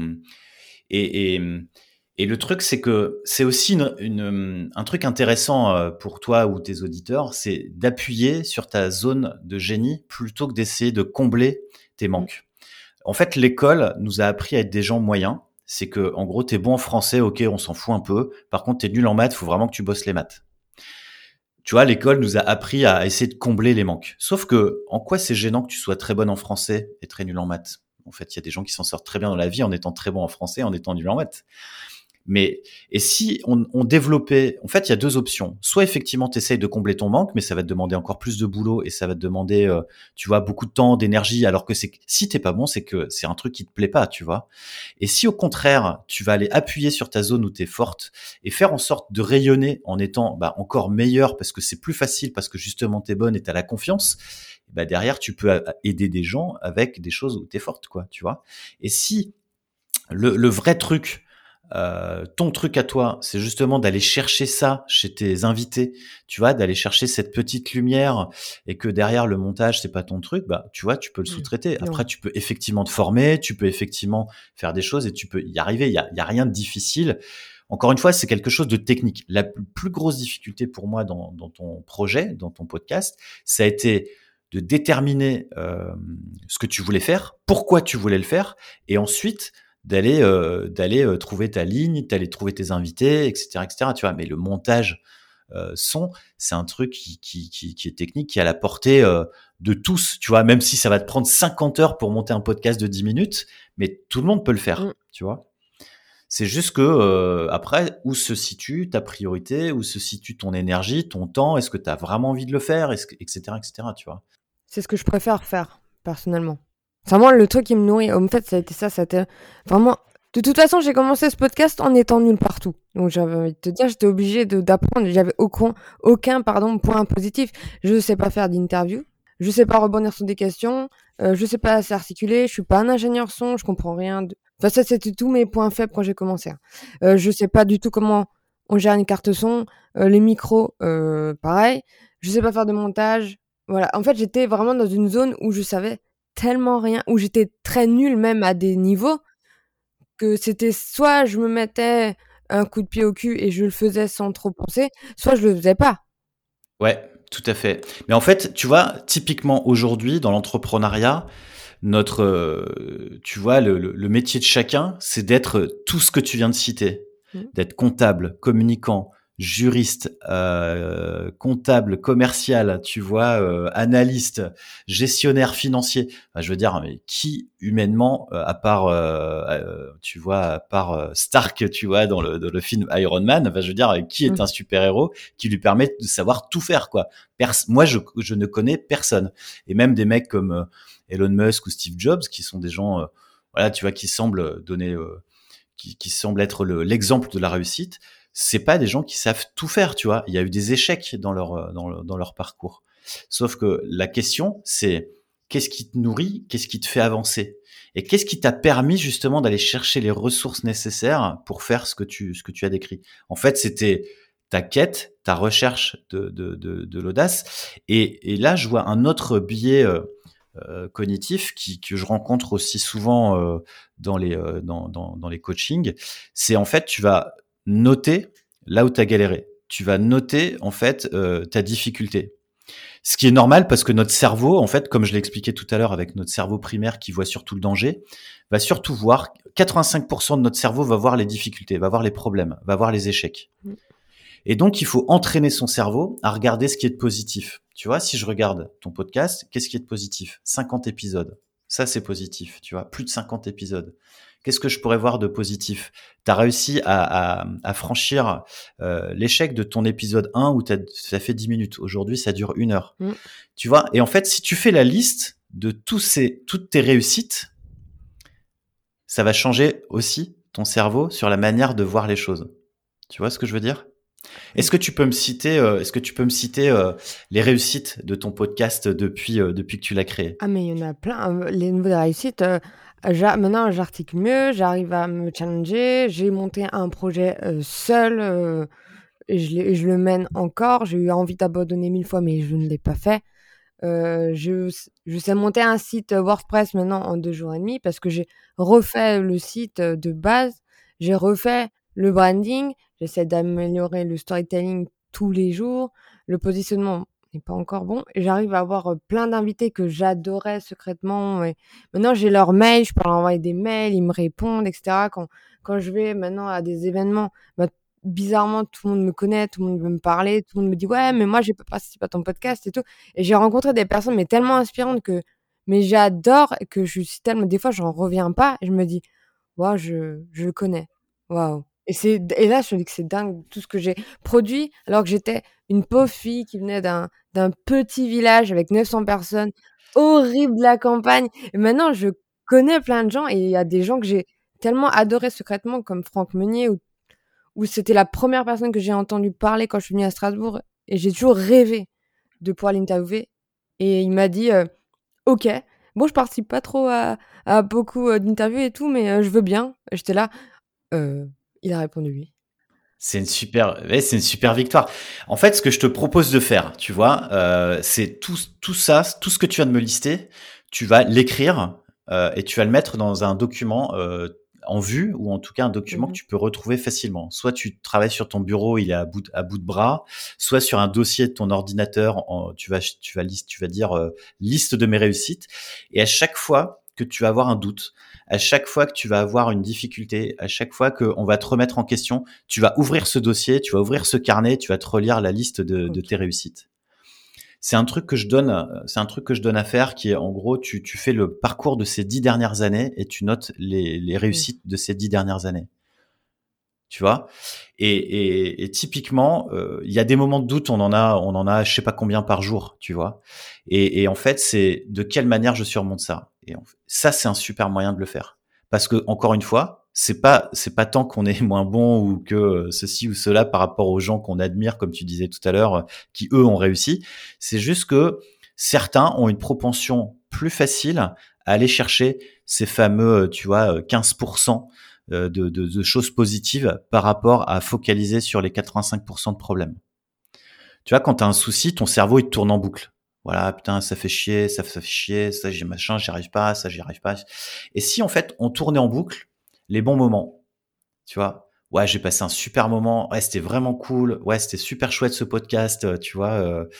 Et, et, et le truc, c'est que c'est aussi un truc intéressant pour toi ou tes auditeurs, c'est d'appuyer sur ta zone de génie plutôt que d'essayer de combler tes mmh, manques. En fait, l'école nous a appris à être des gens moyens. C'est que, en gros, t'es bon en français, ok, on s'en fout un peu. Par contre, t'es nul en maths, faut vraiment que tu bosses les maths. Tu vois, l'école nous a appris à essayer de combler les manques. Sauf que, en quoi c'est gênant que tu sois très bonne en français et très nul en maths? En fait, il y a des gens qui s'en sortent très bien dans la vie en étant très bons en français, en étant nul en maths. Mais et si on développait, en fait, il y a deux options. Soit effectivement, tu essayes de combler ton manque, mais ça va te demander encore plus de boulot et ça va te demander, tu vois, beaucoup de temps, d'énergie. Alors que si t'es pas bon, c'est que c'est un truc qui te plaît pas, tu vois. Et si au contraire, tu vas aller appuyer sur ta zone où tu es forte et faire en sorte de rayonner en étant encore meilleur parce que c'est plus facile, parce que justement tu es bonne et tu as la confiance, bah derrière tu peux aider des gens avec des choses où tu es forte, quoi, tu vois. Et si le vrai truc, ton truc à toi, c'est justement d'aller chercher ça chez tes invités, tu vois, d'aller chercher cette petite lumière et que derrière le montage, c'est pas ton truc, bah, tu vois, tu peux le sous-traiter. non. Après, tu peux effectivement te former, tu peux effectivement faire des choses et tu peux y arriver. Il y a rien de difficile. Encore une fois, c'est quelque chose de technique. La plus grosse difficulté pour moi dans ton projet, dans ton podcast, ça a été de déterminer ce que tu voulais faire, pourquoi tu voulais le faire, et ensuite d'aller trouver ta ligne, d'aller trouver tes invités, etc., tu vois. Mais le montage son, c'est un truc qui est technique, qui est à la portée de tous, tu vois, même si ça va te prendre 50 heures pour monter un podcast de 10 minutes, mais tout le monde peut le faire, tu vois. C'est juste que après, où se situe ta priorité, où se situe ton énergie, ton temps, est-ce que tu as vraiment envie de le faire, etc., tu vois. C'est ce que je préfère faire, personnellement. C'est vraiment le truc qui me nourrit. En fait, ça a été vraiment... De toute façon, j'ai commencé ce podcast en étant nulle partout. Donc, j'avais envie de te dire, j'étais obligée d'apprendre. J'avais aucun point positif. Je sais pas faire d'interview. Je sais pas rebondir sur des questions. Je sais pas s'articuler. Je suis pas un ingénieur son. Je comprends rien. Enfin, ça, c'était tous mes points faibles quand j'ai commencé. Je sais pas du tout comment on gère une carte son. Les micros, pareil. Je sais pas faire de montage. Voilà. En fait, j'étais vraiment dans une zone où je savais tellement rien, où j'étais très nulle même à des niveaux, que c'était soit je me mettais un coup de pied au cul et je le faisais sans trop penser, soit je le faisais pas. Ouais, tout à fait. Mais en fait, tu vois, typiquement aujourd'hui, dans l'entrepreneuriat, tu vois, le métier de chacun, c'est d'être tout ce que tu viens de citer. D'être comptable, communicant, juriste, comptable, commercial, tu vois, analyste, gestionnaire financier. Enfin, je veux dire, mais qui humainement, à part, tu vois, à part Stark, tu vois, dans le film Iron Man, enfin, je veux dire, qui est un super-héros qui lui permet de savoir tout faire, quoi. Moi, je ne connais personne. Et même des mecs comme Elon Musk ou Steve Jobs, qui sont des gens, voilà, tu vois, qui semblent donner, qui semblent être l'exemple de la réussite. C'est pas des gens qui savent tout faire, tu vois. Il y a eu des échecs dans leur parcours. Sauf que la question, c'est qu'est-ce qui te nourrit, qu'est-ce qui te fait avancer, et qu'est-ce qui t'a permis justement d'aller chercher les ressources nécessaires pour faire ce que tu as décrit. En fait, c'était ta quête, ta recherche de l'audace. Et là, je vois un autre biais cognitif que je rencontre aussi souvent dans les coachings. C'est en fait, tu vas noter là où tu as galéré. Tu vas noter en fait ta difficulté. Ce qui est normal parce que notre cerveau, en fait, comme je l'ai expliqué tout à l'heure avec notre cerveau primaire qui voit surtout le danger, va surtout voir 85% de notre cerveau va voir les difficultés, va voir les problèmes, va voir les échecs. Et donc, il faut entraîner son cerveau à regarder ce qui est de positif. Tu vois, si je regarde ton podcast, qu'est-ce qui est de positif? 50 épisodes. Ça, c'est positif, tu vois, plus de 50 épisodes. Qu'est-ce que je pourrais voir de positif? Tu as réussi à franchir l'échec de ton épisode 1 où ça fait 10 minutes. Aujourd'hui, ça dure 1 heure. Tu vois, et en fait, si tu fais la liste de toutes tes réussites, ça va changer aussi ton cerveau sur la manière de voir les choses. Tu vois ce que je veux dire? Est-ce que tu peux me citer, les réussites de ton podcast depuis que tu l'as créé? Ah, mais il y en a plein. Les nouvelles réussites, maintenant j'articule mieux, j'arrive à me challenger. J'ai monté un projet seul, et je le mène encore. J'ai eu envie d'abandonner 1000 fois, mais je ne l'ai pas fait. Je sais monter un site WordPress maintenant en 2 jours et demi parce que j'ai refait le site de base. J'ai refait le branding. J'essaie d'améliorer le storytelling tous les jours. Le positionnement n'est pas encore bon et j'arrive à avoir plein d'invités que j'adorais secrètement et maintenant j'ai leur mail, je peux leur envoyer des mails, ils me répondent et cetera. Quand je vais maintenant à des événements, bah, bizarrement, tout le monde me connaît, tout le monde veut me parler, tout le monde me dit: «Ouais, mais moi j'ai pas participé à ton podcast et tout» et j'ai rencontré des personnes, mais tellement inspirantes mais j'adore et que je suis tellement des fois j'en reviens pas et je me dis: «Waouh, je le connais. Waouh» et là, je me dis que c'est dingue tout ce que j'ai produit alors que j'étais une pauvre fille qui venait d'un petit village avec 900 personnes, horrible de la campagne et maintenant je connais plein de gens et il y a des gens que j'ai tellement adorés secrètement comme Franck Meunier où c'était la première personne que j'ai entendu parler quand je suis venue à Strasbourg et j'ai toujours rêvé de pouvoir l'interviewer et il m'a dit OK. Bon, je participe pas trop à beaucoup d'interviews et tout, mais je veux bien. J'étais là, il a répondu oui. C'est une super victoire. En fait, ce que je te propose de faire, tu vois, c'est tout ça, tout ce que tu viens de me lister, tu vas l'écrire et tu vas le mettre dans un document en vue ou en tout cas un document que tu peux retrouver facilement. Soit tu travailles sur ton bureau, il est à bout de bras, soit sur un dossier de ton ordinateur, tu vas dire liste de mes réussites et à chaque fois que tu vas avoir un doute, à chaque fois que tu vas avoir une difficulté, à chaque fois qu'on va te remettre en question, tu vas ouvrir ce dossier, tu vas ouvrir ce carnet, tu vas te relire la liste de tes réussites. c'est un truc que je donne à faire qui est, en gros, tu fais le parcours de ces 10 dernières années et tu notes les réussites de ces 10 dernières années. Tu vois? Et typiquement, il y a des moments de doute, on en a je sais pas combien par jour, tu vois? Et en fait, c'est de quelle manière je surmonte ça? Et ça, c'est un super moyen de le faire. Parce que, encore une fois, c'est pas tant qu'on est moins bon ou que ceci ou cela par rapport aux gens qu'on admire, comme tu disais tout à l'heure, qui eux ont réussi. C'est juste que certains ont une propension plus facile à aller chercher ces fameux, tu vois, 15% de choses positives par rapport à focaliser sur les 85% de problèmes. Tu vois, quand tu as un souci, ton cerveau, il te tourne en boucle. Voilà, putain, ça fait chier, ça fait chier, ça j'ai machin, j'y arrive pas, ça j'y arrive pas. Et si en fait, on tournait en boucle les bons moments, tu vois, ouais, j'ai passé un super moment, ouais, c'était vraiment cool, ouais, c'était super chouette ce podcast, tu vois,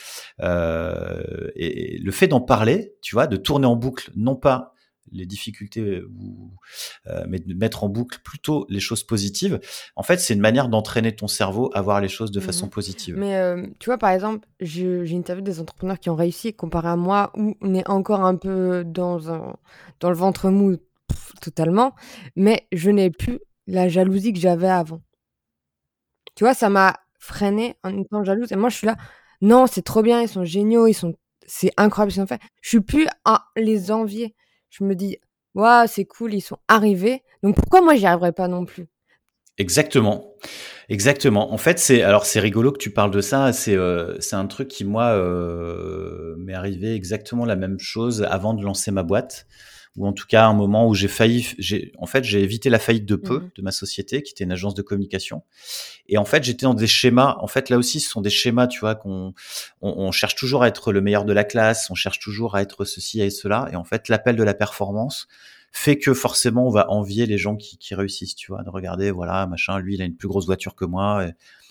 et le fait d'en parler, tu vois, de tourner en boucle, non pas les difficultés mais de mettre en boucle plutôt les choses positives. En fait, c'est une manière d'entraîner ton cerveau à voir les choses de façon positive. Mais tu vois, par exemple, j'ai interviewé des entrepreneurs qui ont réussi comparé à moi où on est encore un peu dans le ventre mou totalement, mais je n'ai plus la jalousie que j'avais avant. Tu vois, ça m'a freinée en étant jalouse et moi je suis là: «Non, c'est trop bien, ils sont géniaux, c'est incroyable ce qu'ils ont fait». Je suis plus à les envier. Je me dis: «Waouh, c'est cool, ils sont arrivés, donc pourquoi moi j'y arriverai pas non plus?» Exactement. Exactement. En fait, c'est rigolo que tu parles de ça. C'est un truc qui, moi, m'est arrivé exactement la même chose avant de lancer ma boîte. Ou en tout cas, un moment où j'ai évité la faillite de peu de ma société, qui était une agence de communication. Et en fait, j'étais dans des schémas. En fait, là aussi, ce sont des schémas, tu vois, on cherche toujours à être le meilleur de la classe, on cherche toujours à être ceci et cela. Et en fait, l'appel de la performance fait que forcément, on va envier les gens qui réussissent, tu vois, de regarder, voilà, machin, lui, il a une plus grosse voiture que moi.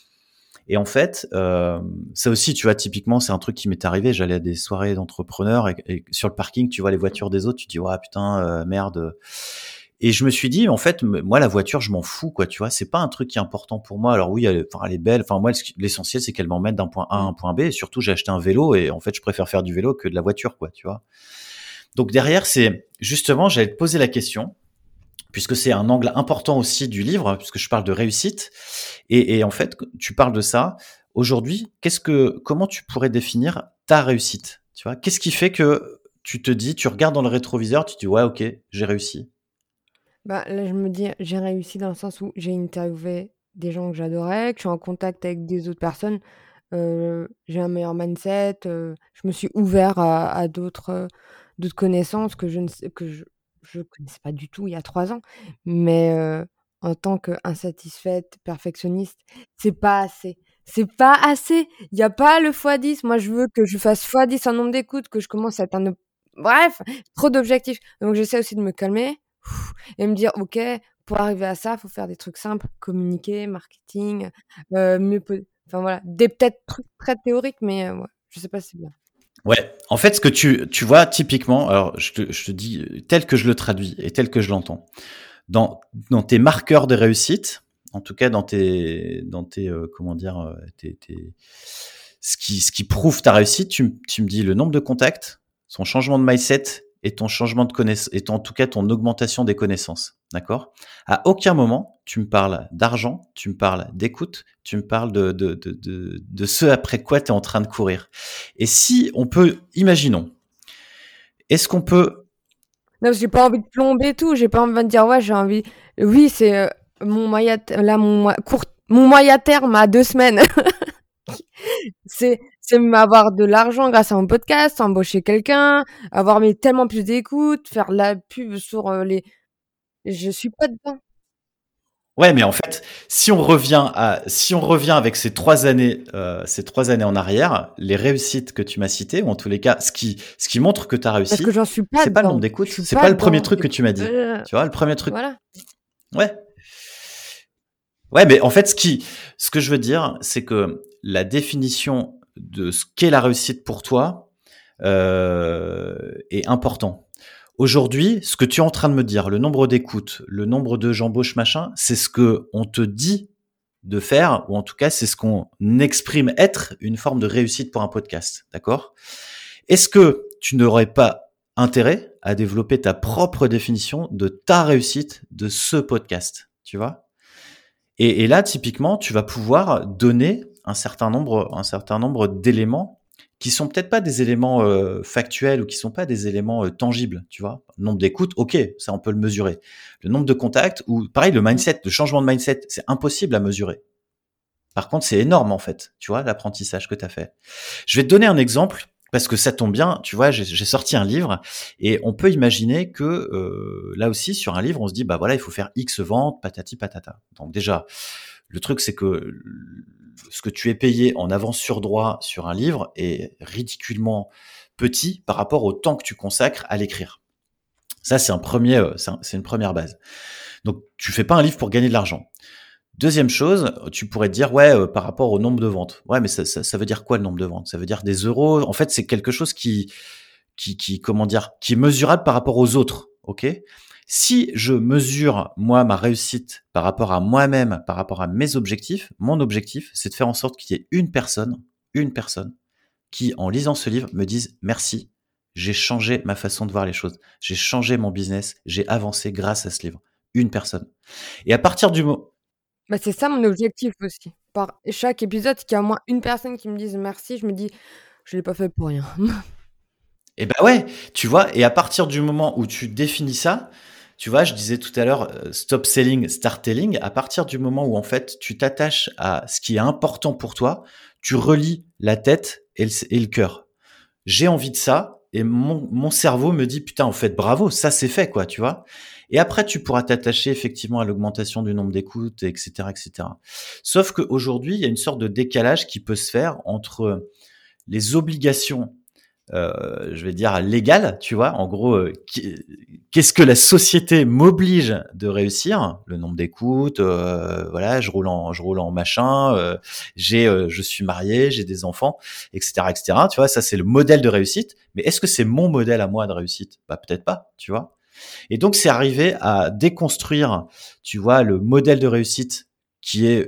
Et en fait, ça aussi, tu vois, typiquement, c'est un truc qui m'est arrivé. J'allais à des soirées d'entrepreneurs et sur le parking, tu vois les voitures des autres, tu te dis, ouais, putain, merde. Et je me suis dit, en fait, moi, la voiture, je m'en fous, quoi, tu vois, c'est pas un truc qui est important pour moi. Alors oui, elle est belle. Enfin, moi, l'essentiel, c'est qu'elle m'emmène d'un point A à un point B. Et surtout, j'ai acheté un vélo et en fait, je préfère faire du vélo que de la voiture, quoi, tu vois. Donc derrière, c'est justement, j'allais te poser la question, puisque c'est un angle important aussi du livre, puisque je parle de réussite. Et en fait, tu parles de ça. Aujourd'hui, comment tu pourrais définir ta réussite? Tu vois, qu'est-ce qui fait que tu te dis, tu regardes dans le rétroviseur, tu te dis, ouais, ok, j'ai réussi. Bah, là, je me dis, j'ai réussi dans le sens où j'ai interviewé des gens que j'adorais, que je suis en contact avec des autres personnes, j'ai un meilleur mindset, je me suis ouvert à d'autres connaissances que je connaissais pas du tout il y a 3 ans. Mais, en tant qu'insatisfaite, perfectionniste, c'est pas assez. C'est pas assez! Il y a pas le x10. Moi, je veux que je fasse x10 en nombre d'écoutes, que je commence à atteindre bref, trop d'objectifs. Donc j'essaie aussi de me calmer et me dire: «OK, pour arriver à ça, faut faire des trucs simples, communiquer, marketing, mieux po» enfin voilà, des peut-être trucs très théoriques, mais ouais, je sais pas si c'est bien. Ouais, en fait, ce que tu vois typiquement, alors je te dis tel que je le traduis et tel que je l'entends. Dans tes marqueurs de réussite, en tout cas dans tes comment dire, ce qui prouve ta réussite, tu me dis le nombre de contacts, son changement de mindset et ton changement de connaissance, et en tout cas ton augmentation des connaissances, d'accord? À aucun moment tu me parles d'argent, tu me parles d'écoute, tu me parles de ce après quoi tu es en train de courir. Et si on peut, imaginons, est-ce qu'on peut Non, parce que j'ai pas envie de plomber tout, j'ai pas envie de dire: «Ouais, j'ai envie» oui, c'est, mon moyen terme à 2 semaines. C'est avoir de l'argent grâce à mon podcast, embaucher quelqu'un, avoir mais tellement plus d'écoute, faire la pub sur, les je suis pas dedans. Ouais, mais en fait, si on revient avec ces trois années en arrière, les réussites que tu m'as citées, ou en tous les cas, ce qui montre que tu as Parce que réussi, j'en suis pas c'est pas le nombre dedans. Je d'écoutes, suis c'est pas pas le premier dedans. truc que tu m'as dit. Tu vois, le premier truc. Voilà. Ouais. Ouais, mais en fait, ce que je veux dire, c'est que la définition de ce qu'est la réussite pour toi, est important. Aujourd'hui, ce que tu es en train de me dire, le nombre d'écoutes, le nombre de j'embauche machin, c'est ce que on te dit de faire, ou en tout cas, c'est ce qu'on exprime être une forme de réussite pour un podcast. D'accord? Est-ce que tu n'aurais pas intérêt à développer ta propre définition de ta réussite de ce podcast? Tu vois? Et là, typiquement, tu vas pouvoir donner un certain nombre d'éléments qui sont peut-être pas des éléments factuels ou qui sont pas des éléments tangibles, tu vois. Le nombre d'écoutes, ok, ça on peut le mesurer. Le nombre de contacts ou pareil, le mindset, le changement de mindset, c'est impossible à mesurer. Par contre, c'est énorme en fait, tu vois, l'apprentissage que tu as fait. Je vais te donner un exemple parce que ça tombe bien, tu vois, j'ai sorti un livre et on peut imaginer que là aussi sur un livre, on se dit bah voilà, il faut faire X ventes, patati patata. Donc déjà, le truc c'est que ce que tu es payé en avance sur droit sur un livre est ridiculement petit par rapport au temps que tu consacres à l'écrire. Ça c'est c'est une première base. Donc tu fais pas un livre pour gagner de l'argent. Deuxième chose, tu pourrais te dire ouais par rapport au nombre de ventes. Ouais, mais ça veut dire quoi le nombre de ventes? Ça veut dire des euros. En fait, c'est quelque chose qui comment dire, qui est mesurable par rapport aux autres. Ok? Si je mesure moi ma réussite par rapport à moi-même, par rapport à mes objectifs, mon objectif, c'est de faire en sorte qu'il y ait une personne qui, en lisant ce livre, me dise merci. J'ai changé ma façon de voir les choses. J'ai changé mon business. J'ai avancé grâce à ce livre. Une personne. Et à partir du moment Bah, c'est ça mon objectif aussi. Par chaque épisode, qu'il y a au moins une personne qui me dise merci, je me dis: «Je l'ai pas fait pour rien». et ben ouais, tu vois, et à partir du moment où tu définis ça, tu vois, je disais tout à l'heure, stop selling, start telling. À partir du moment où en fait tu t'attaches à ce qui est important pour toi, tu relis la tête et le cœur. J'ai envie de ça et mon cerveau me dit putain, en fait, bravo, ça c'est fait quoi, tu vois. Et après, tu pourras t'attacher effectivement à l'augmentation du nombre d'écoutes, etc., etc. Sauf qu'aujourd'hui, il y a une sorte de décalage qui peut se faire entre les obligations je vais dire légal, tu vois. En gros, qu'est-ce que la société m'oblige de réussir? Le nombre d'écoutes, voilà, je roule en machin, je suis marié, j'ai des enfants, etc., etc. Tu vois, ça c'est le modèle de réussite. Mais est-ce que c'est mon modèle à moi de réussite? Bah peut-être pas, tu vois. Et donc c'est arriver à déconstruire, tu vois, le modèle de réussite qui est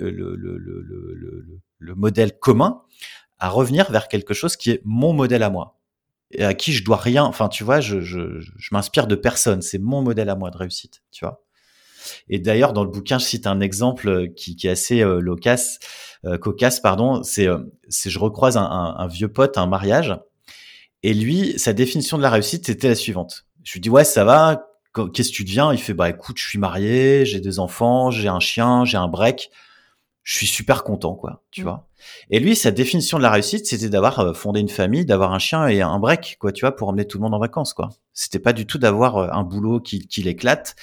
le modèle commun, à revenir vers quelque chose qui est mon modèle à moi et à qui je dois rien. Enfin, tu vois, je m'inspire de personne. C'est mon modèle à moi de réussite, tu vois. Et d'ailleurs, dans le bouquin, je cite un exemple qui est assez cocasse, pardon. C'est je recroise un vieux pote à un mariage et lui, sa définition de la réussite, c'était la suivante. Je lui dis ouais, ça va. Qu'est-ce que tu deviens? Il fait bah écoute, je suis marié, j'ai des enfants, j'ai un chien, j'ai un break. Je suis super content, quoi, tu vois. Et lui, sa définition de la réussite, c'était d'avoir fondé une famille, d'avoir un chien et un break, quoi, tu vois, pour emmener tout le monde en vacances, quoi. C'était pas du tout d'avoir un boulot qui l'éclate.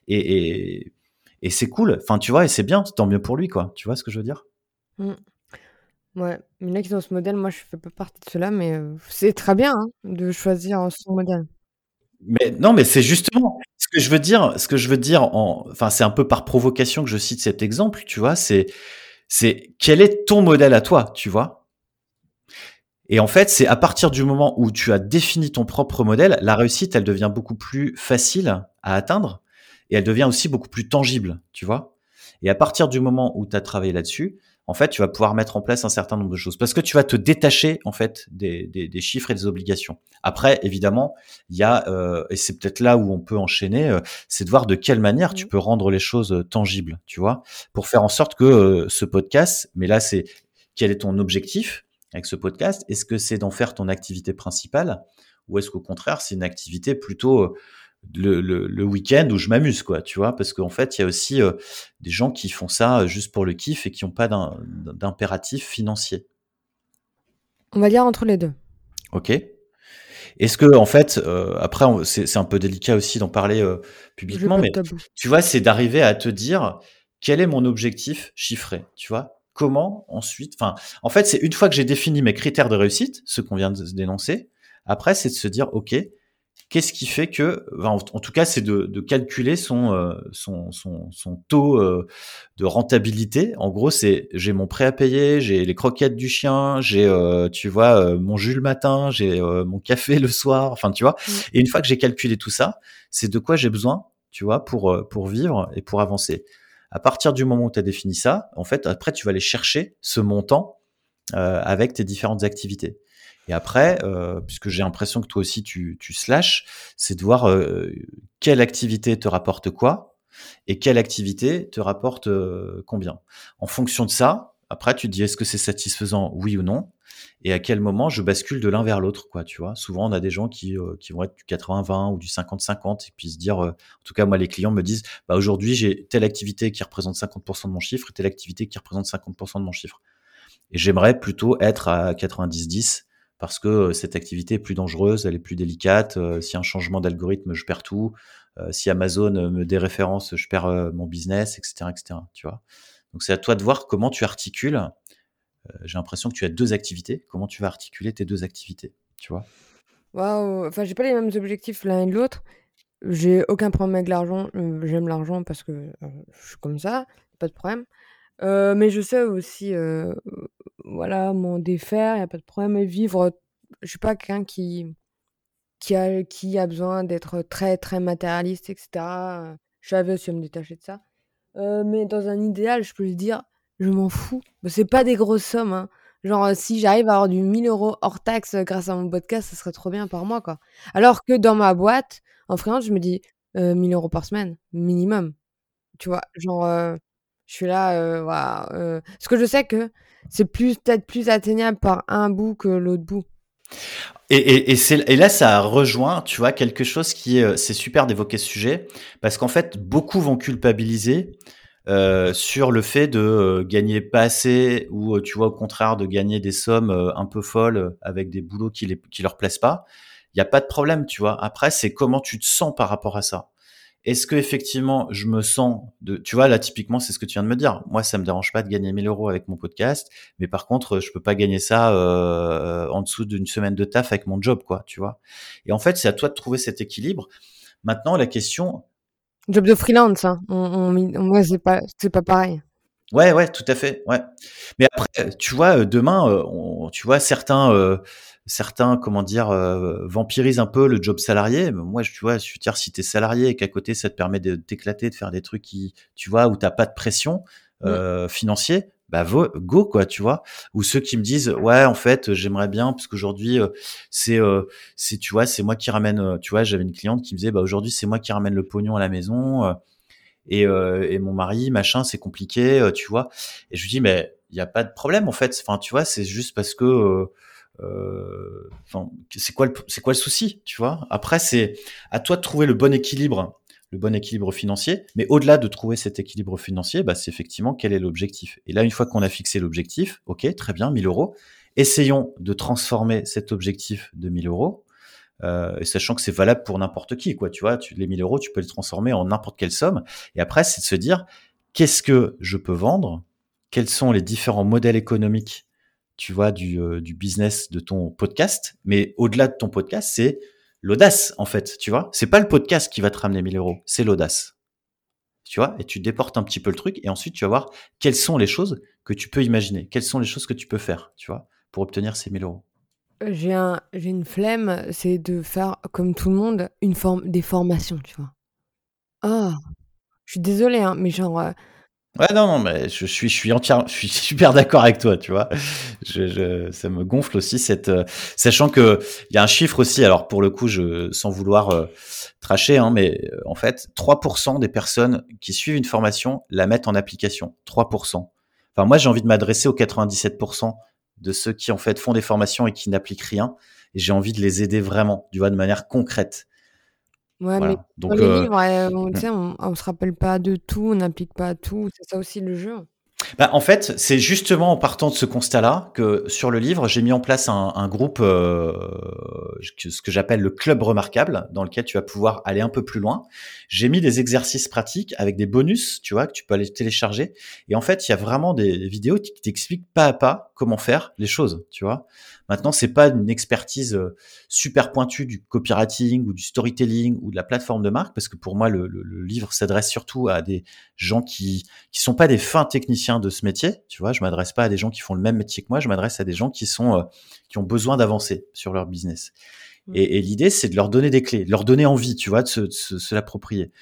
Et c'est cool. Enfin, tu vois, et c'est bien, tant mieux pour lui, quoi. Tu vois ce que je veux dire? Mmh. Ouais, il y en a qui ont ce modèle, moi je fais pas partie de ceux-là, mais c'est très bien, hein, de choisir son modèle. Mais non, mais c'est justement ce que je veux dire enfin, c'est un peu par provocation que je cite cet exemple, tu vois, c'est quel est ton modèle à toi, tu vois? Et en fait, c'est à partir du moment où tu as défini ton propre modèle, la réussite, elle devient beaucoup plus facile à atteindre et elle devient aussi beaucoup plus tangible, tu vois. Et à partir du moment où tu as travaillé là-dessus, en fait, tu vas pouvoir mettre en place un certain nombre de choses parce que tu vas te détacher en fait des chiffres et des obligations. Après, évidemment, il y a et c'est peut-être là où on peut enchaîner, c'est de voir de quelle manière tu Mmh. peux rendre les choses tangibles, tu vois, pour faire en sorte que ce podcast, mais là, c'est quel est ton objectif avec ce podcast? Est-ce que c'est d'en faire ton activité principale ou est-ce qu'au contraire, c'est une activité plutôt le week-end où je m'amuse, quoi, tu vois? Parce qu'en fait, il y a aussi des gens qui font ça juste pour le kiff et qui n'ont pas d'impératif financier. On va dire entre les 2. Ok? Est-ce que, en fait, après, c'est un peu délicat aussi d'en parler J'ai publiquement, pas de mais tabou. tu vois, c'est d'arriver à te dire quel est mon objectif chiffré, tu vois? Comment ensuite, enfin, en fait, c'est une fois que j'ai défini mes critères de réussite, ceux qu'on vient de dénoncer, après, c'est de se dire, ok, qu'est-ce qui fait que, enfin, en tout cas, c'est de calculer son taux de rentabilité. En gros, c'est j'ai mon prêt à payer, j'ai les croquettes du chien, j'ai tu vois mon jus le matin, j'ai mon café le soir. Enfin, tu vois. Mmh. Et une fois que j'ai calculé tout ça, c'est de quoi j'ai besoin, tu vois, pour vivre et pour avancer. À partir du moment où tu as défini ça, en fait, après, tu vas aller chercher ce montant avec tes différentes activités. Et après, puisque j'ai l'impression que toi aussi tu slashes, c'est de voir quelle activité te rapporte quoi et quelle activité te rapporte combien. En fonction de ça, après tu te dis est-ce que c'est satisfaisant, oui ou non, et à quel moment je bascule de l'un vers l'autre, quoi, tu vois. Souvent on a des gens qui vont être du 80-20 ou du 50-50 et puis se dire, en tout cas moi les clients me disent, bah aujourd'hui j'ai telle activité qui représente 50% de mon chiffre et telle activité qui représente 50% de mon chiffre. Et j'aimerais plutôt être à 90-10 parce que cette activité est plus dangereuse, elle est plus délicate. S'il y a un changement d'algorithme, je perds tout. Si Amazon me déréférence, je perds mon business, etc., etc. Tu vois. Donc c'est à toi de voir comment tu articules. J'ai l'impression que tu as deux activités. Comment tu vas articuler tes deux activités, tu vois. Waouh! Enfin, j'ai pas les mêmes objectifs l'un et l'autre. J'ai aucun problème avec l'argent. J'aime l'argent parce que je suis comme ça, pas de problème. Mais je sais aussi, voilà, m'en défaire, y a pas de problème et vivre. Je suis pas quelqu'un qui a besoin d'être très, très matérialiste et cetera. Je savais aussi à me détacher de ça. Mais dans un idéal, je peux lui dire: «Je m'en fous». Bah, c'est pas des grosses sommes, hein. Genre, si j'arrive à avoir du 1 000 € hors taxe, grâce à mon podcast, ça serait trop bien par mois, quoi. Alors que dans ma boîte, en freelance, je me dis: 1 000 € par semaine, minimum. Tu vois? Genre, je suis là, waouh, parce que je sais que c'est peut-être plus atteignable par un bout que l'autre bout. Et là, ça rejoint, tu vois, quelque chose qui est, c'est super d'évoquer ce sujet, parce qu'en fait, beaucoup vont culpabiliser sur le fait de gagner pas assez ou, tu vois, au contraire, de gagner des sommes un peu folles avec des boulots qui leur plaisent pas. Il y a pas de problème, tu vois. Après, c'est comment tu te sens par rapport à ça. Est-ce que effectivement je me sens tu vois, là, typiquement, c'est ce que tu viens de me dire. Moi, ça me dérange pas de gagner 1 000 € avec mon podcast, mais par contre, je peux pas gagner ça, en dessous d'une semaine de taf avec mon job, quoi, tu vois? Et en fait, c'est à toi de trouver cet équilibre. Maintenant, la question. Job de freelance, hein. Moi, c'est pas pareil. Ouais, ouais, tout à fait, ouais. Mais après, tu vois, demain, tu vois, certains, comment dire, vampirisent un peu le job salarié. Moi, tu vois, je veux dire, si tu es salarié et qu'à côté, ça te permet de t'éclater, de faire des trucs qui, tu vois, où tu pas de pression Mmh. financier, bah go, quoi, tu vois. Ou ceux qui me disent, ouais, en fait, j'aimerais bien, parce qu'aujourd'hui, tu vois, c'est moi qui ramène, tu vois, j'avais une cliente qui me disait, bah aujourd'hui, c'est moi qui ramène le pognon à la maison. Et mon mari, machin, c'est compliqué, tu vois. Et je lui dis, mais il n'y a pas de problème, en fait. Enfin, tu vois, c'est juste parce que, enfin, c'est quoi le souci, tu vois. Après, c'est à toi de trouver le bon équilibre financier. Mais au-delà de trouver cet équilibre financier, bah, c'est effectivement quel est l'objectif. Et là, une fois qu'on a fixé l'objectif, ok, très bien, 1 000 €. Essayons de transformer cet objectif de 1 000 € et sachant que c'est valable pour n'importe qui, quoi. Tu vois, les 1 000 €, tu peux les transformer en n'importe quelle somme. Et après, c'est de se dire, qu'est-ce que je peux vendre? Quels sont les différents modèles économiques, tu vois, du business de ton podcast? Mais au-delà de ton podcast, c'est l'audace, en fait, tu vois. C'est pas le podcast qui va te ramener 1 000 €, c'est l'audace. Tu vois, et tu déportes un petit peu le truc, et ensuite tu vas voir quelles sont les choses que tu peux imaginer, quelles sont les choses que tu peux faire, tu vois, pour obtenir ces 1 000 €. J'ai une flemme, c'est de faire comme tout le monde, des formations, tu vois? Ah! Je suis désolée, hein, mais genre, Ouais, non, non, mais je suis super d'accord avec toi, tu vois? Ça me gonfle aussi sachant que il y a un chiffre aussi, alors pour le coup, sans vouloir, tracher, hein, mais, en fait, 3% des personnes qui suivent une formation la mettent en application. 3%. Enfin, moi, j'ai envie de m'adresser aux 97% de ceux qui, en fait, font des formations et qui n'appliquent rien, et j'ai envie de les aider vraiment, tu vois, de manière concrète. ouais, mais Voilà. dans Donc, les livres, tu mmh. sais, on se rappelle pas de tout, on n'applique pas tout, c'est ça aussi le jeu. Bah, en fait, c'est justement en partant de ce constat-là que sur le livre, j'ai mis en place un groupe, ce que j'appelle le club remarquable, dans lequel tu vas pouvoir aller un peu plus loin. J'ai mis des exercices pratiques avec des bonus, tu vois, que tu peux aller télécharger. Et en fait, il y a vraiment des vidéos qui t'expliquent pas à pas comment faire les choses, tu vois. Maintenant, c'est pas une expertise super pointue du copywriting ou du storytelling ou de la plateforme de marque, parce que pour moi, le livre s'adresse surtout à des gens qui sont pas des fins techniciens de ce métier, tu vois. Je m'adresse pas à des gens qui font le même métier que moi, je m'adresse à des gens qui ont besoin d'avancer sur leur business. Mmh. Et l'idée, c'est de leur donner des clés, de leur donner envie, tu vois, de se l'approprier.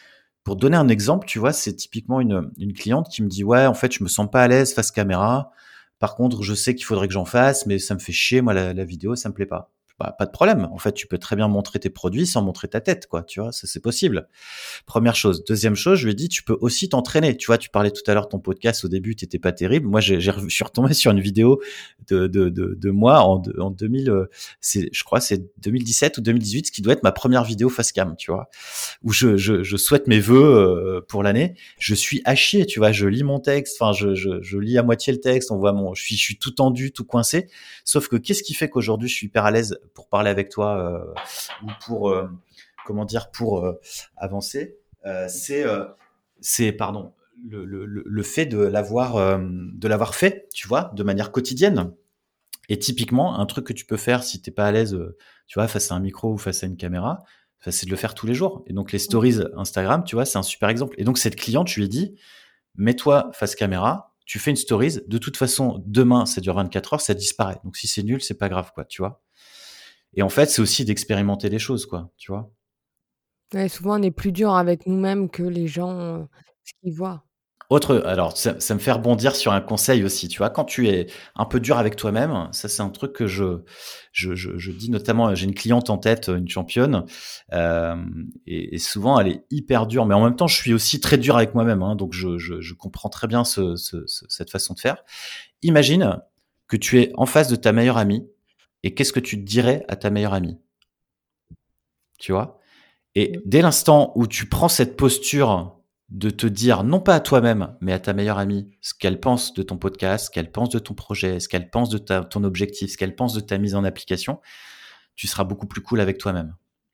Pour donner un exemple, tu vois, c'est typiquement une cliente qui me dit, ouais, en fait, je me sens pas à l'aise face caméra. Par contre, je sais qu'il faudrait que j'en fasse, mais ça me fait chier, moi, la vidéo, ça me plaît pas. Bah, pas de problème. En fait, tu peux très bien montrer tes produits sans montrer ta tête, quoi. Tu vois, ça, c'est possible. Première chose. Deuxième chose, je lui ai dit, tu peux aussi t'entraîner. Tu vois, tu parlais tout à l'heure de ton podcast. Au début, t'étais pas terrible. Moi, je suis retombé sur une vidéo de moi en 2000, je crois, c'est 2017 ou 2018, ce qui doit être ma première vidéo face cam, tu vois, où je souhaite mes vœux pour l'année. Je suis à chier, tu vois. Je lis mon texte. Enfin, je lis à moitié le texte. On voit je suis tout tendu, tout coincé. Sauf que qu'est-ce qui fait qu'aujourd'hui, je suis hyper à l'aise pour parler avec toi ou pour pour avancer, c'est pardon le fait de l'avoir fait, tu vois, de manière quotidienne. Et typiquement, un truc que tu peux faire si t'es pas à l'aise, tu vois, face à un micro ou face à une caméra, c'est de le faire tous les jours. Et donc les stories Instagram, tu vois, c'est un super exemple. Et donc cette cliente, je lui ai dit, mets-toi face caméra, tu fais une stories. De toute façon, demain, ça dure 24 heures, ça disparaît. Donc si c'est nul, c'est pas grave, quoi, tu vois. Et en fait, c'est aussi d'expérimenter les choses, quoi, tu vois. Ouais, souvent, on est plus dur avec nous-mêmes que les gens, ce qu'ils voient. Alors ça me fait rebondir sur un conseil aussi, tu vois? Quand tu es un peu dur avec toi-même, ça c'est un truc que je dis notamment, j'ai une cliente en tête, une championne, et souvent elle est hyper dure, mais en même temps je suis aussi très dur avec moi-même, hein, donc je comprends très bien cette façon de faire. Imagine que tu es en face de ta meilleure amie et qu'est-ce que tu dirais à ta meilleure amie? Tu vois? Et dès l'instant où tu prends cette posture de te dire, non pas à toi-même, mais à ta meilleure amie, ce qu'elle pense de ton podcast, ce qu'elle pense de ton projet, ce qu'elle pense de ton objectif, ce qu'elle pense de ta mise en application, tu seras beaucoup plus cool avec toi-même.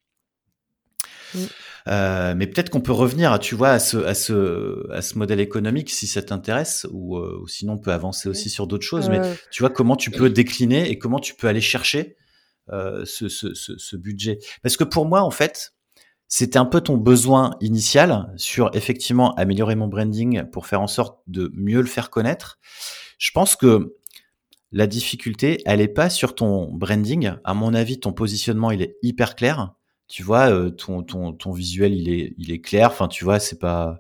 Mais peut-être qu'on peut revenir, tu vois, à ce modèle économique si ça t'intéresse, ou sinon on peut avancer aussi sur d'autres choses. Mais tu vois comment tu peux décliner et comment tu peux aller chercher ce budget. Parce que pour moi, en fait, c'était un peu ton besoin initial sur effectivement améliorer mon branding pour faire en sorte de mieux le faire connaître. Je pense que la difficulté, elle est pas sur ton branding. À mon avis, ton positionnement, il est hyper clair. Tu vois, ton visuel, il est clair. Enfin, tu vois, c'est pas,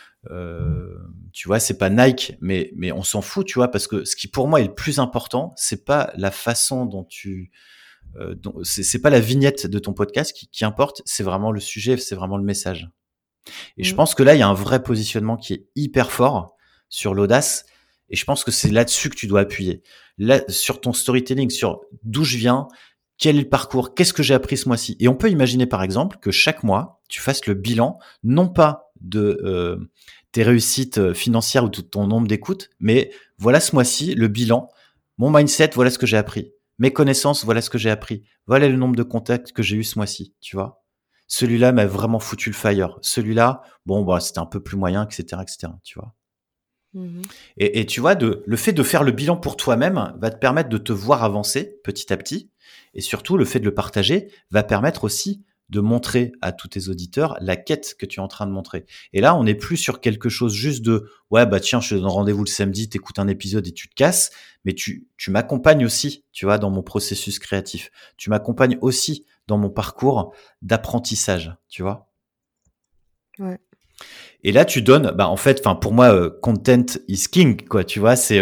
c'est pas Nike, mais on s'en fout, tu vois, parce que ce qui pour moi est le plus important, c'est pas la façon dont c'est pas la vignette de ton podcast qui importe, c'est vraiment le sujet, c'est vraiment le message. Et je pense que là, il y a un vrai positionnement qui est hyper fort sur l'audace. Et je pense que c'est là-dessus que tu dois appuyer. Là, sur ton storytelling, sur d'où je viens, quel est le parcours, qu'est-ce que j'ai appris ce mois-ci. Et on peut imaginer, par exemple, que chaque mois, tu fasses le bilan, non pas de tes réussites financières ou de ton nombre d'écoutes, mais voilà ce mois-ci, le bilan, mon mindset, voilà ce que j'ai appris. Mes connaissances, voilà ce que j'ai appris. Voilà le nombre de contacts que j'ai eu ce mois-ci, tu vois. Celui-là m'a vraiment foutu le fire. Celui-là, bon, bah, c'était un peu plus moyen, etc., etc., tu vois. Et tu vois, le fait de faire le bilan pour toi-même va te permettre de te voir avancer petit à petit. Et surtout, le fait de le partager va permettre aussi de montrer à tous tes auditeurs la quête que tu es en train de montrer. Et là, on n'est plus sur quelque chose juste de « ouais, bah tiens, je te donne rendez-vous le samedi, t'écoutes un épisode et tu te casses », mais tu m'accompagnes aussi, tu vois, dans mon processus créatif. Tu m'accompagnes aussi dans mon parcours d'apprentissage, tu vois. Ouais. Et là, tu donnes, bah en fait, enfin pour moi, content is king, quoi. Tu vois, c'est,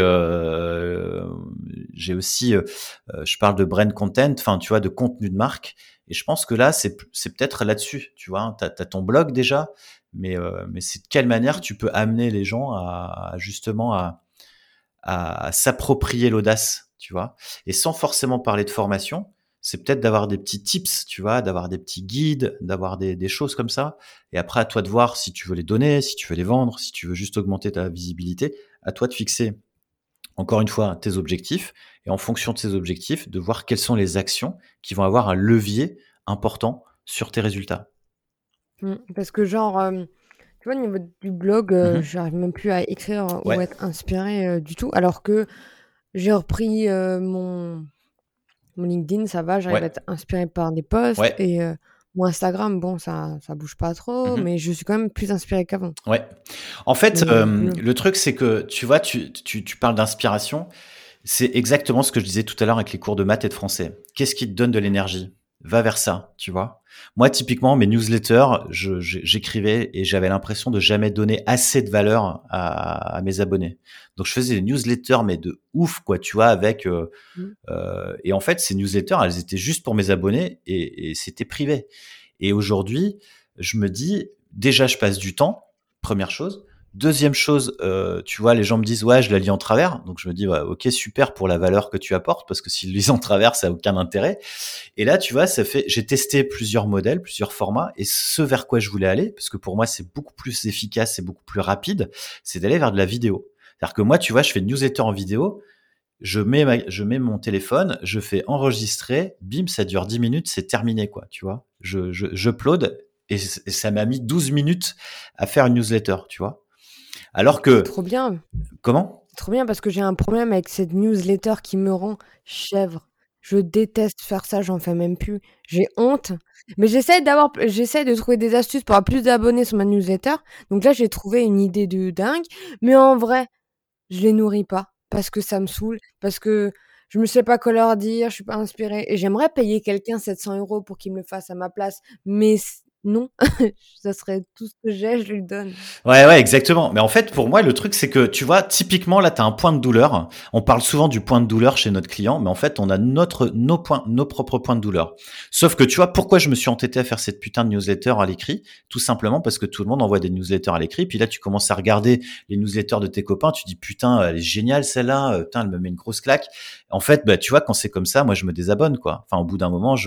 j'ai aussi, je parle de brand content, enfin tu vois, de contenu de marque. Et je pense que là, c'est peut-être là-dessus, tu vois. T'as ton blog déjà, mais c'est de quelle manière tu peux amener les gens à justement à s'approprier l'audace, tu vois. Et sans forcément parler de formation, c'est peut-être d'avoir des petits tips, tu vois, d'avoir des petits guides, d'avoir des choses comme ça. Et après, à toi de voir si tu veux les donner, si tu veux les vendre, si tu veux juste augmenter ta visibilité. À toi de fixer, encore une fois, tes objectifs. Et en fonction de ces objectifs, de voir quelles sont les actions qui vont avoir un levier important sur tes résultats. Parce que genre, tu vois, au niveau du blog, j'arrive même plus à écrire ou être inspirée du tout. Alors que j'ai repris mon LinkedIn, ça va, j'arrive à être inspirée par des posts. Et mon Instagram, bon, ça bouge pas trop, mais je suis quand même plus inspirée qu'avant. Ouais. En fait, le truc, c'est que, tu vois, tu parles d'inspiration. C'est exactement ce que je disais tout à l'heure avec les cours de maths et de français. Qu'est-ce qui te donne de l'énergie? va vers ça, tu vois. Moi, typiquement, mes newsletters, j'écrivais et j'avais l'impression de jamais donner assez de valeur à mes abonnés. Donc, je faisais des newsletters, mais de ouf, quoi, tu vois, avec et en fait, ces newsletters, elles étaient juste pour mes abonnés et c'était privé. Et aujourd'hui, je me dis, déjà, je passe du temps, première chose. Deuxième chose, tu vois, les gens me disent, ouais, je la lis en travers. Donc, je me dis, ouais, ok, super pour la valeur que tu apportes, parce que s'ils lisent en travers, ça n'a aucun intérêt. Et là, tu vois, j'ai testé plusieurs modèles, plusieurs formats, et ce vers quoi je voulais aller, parce que pour moi, c'est beaucoup plus efficace, c'est beaucoup plus rapide, c'est d'aller vers de la vidéo. C'est-à-dire que moi, tu vois, je fais une newsletter en vidéo, je mets mon téléphone, je fais enregistrer, bim, ça dure 10 minutes, c'est terminé, quoi, tu vois. J'upload et ça m'a mis 12 minutes à faire une newsletter, tu vois. Alors C'est que, trop bien. comment? C'est trop bien parce que j'ai un problème avec cette newsletter qui me rend chèvre. Je déteste faire ça, j'en fais même plus. J'ai honte. Mais j'essaie de trouver des astuces pour avoir plus d'abonnés sur ma newsletter. Donc là, j'ai trouvé une idée de dingue. Mais en vrai, je les nourris pas parce que ça me saoule, parce que je ne sais pas quoi leur dire, je suis pas inspirée. Et j'aimerais payer quelqu'un 700 € pour qu'il me le fasse à ma place. Mais non, ça serait tout ce que j'ai, je lui donne. Ouais, exactement. Mais en fait, pour moi, le truc, c'est que, tu vois, typiquement, là, tu as un point de douleur. On parle souvent du point de douleur chez notre client, mais en fait, on a nos propres points de douleur. Sauf que, tu vois, pourquoi je me suis entêté à faire cette putain de newsletter à l'écrit? Tout simplement parce que tout le monde envoie des newsletters à l'écrit. Puis là, tu commences à regarder les newsletters de tes copains. Tu dis, putain, elle est géniale, celle-là. Putain, elle me met une grosse claque. En fait, bah, tu vois, quand c'est comme ça, moi, je me désabonne, quoi. Enfin, au bout d'un moment,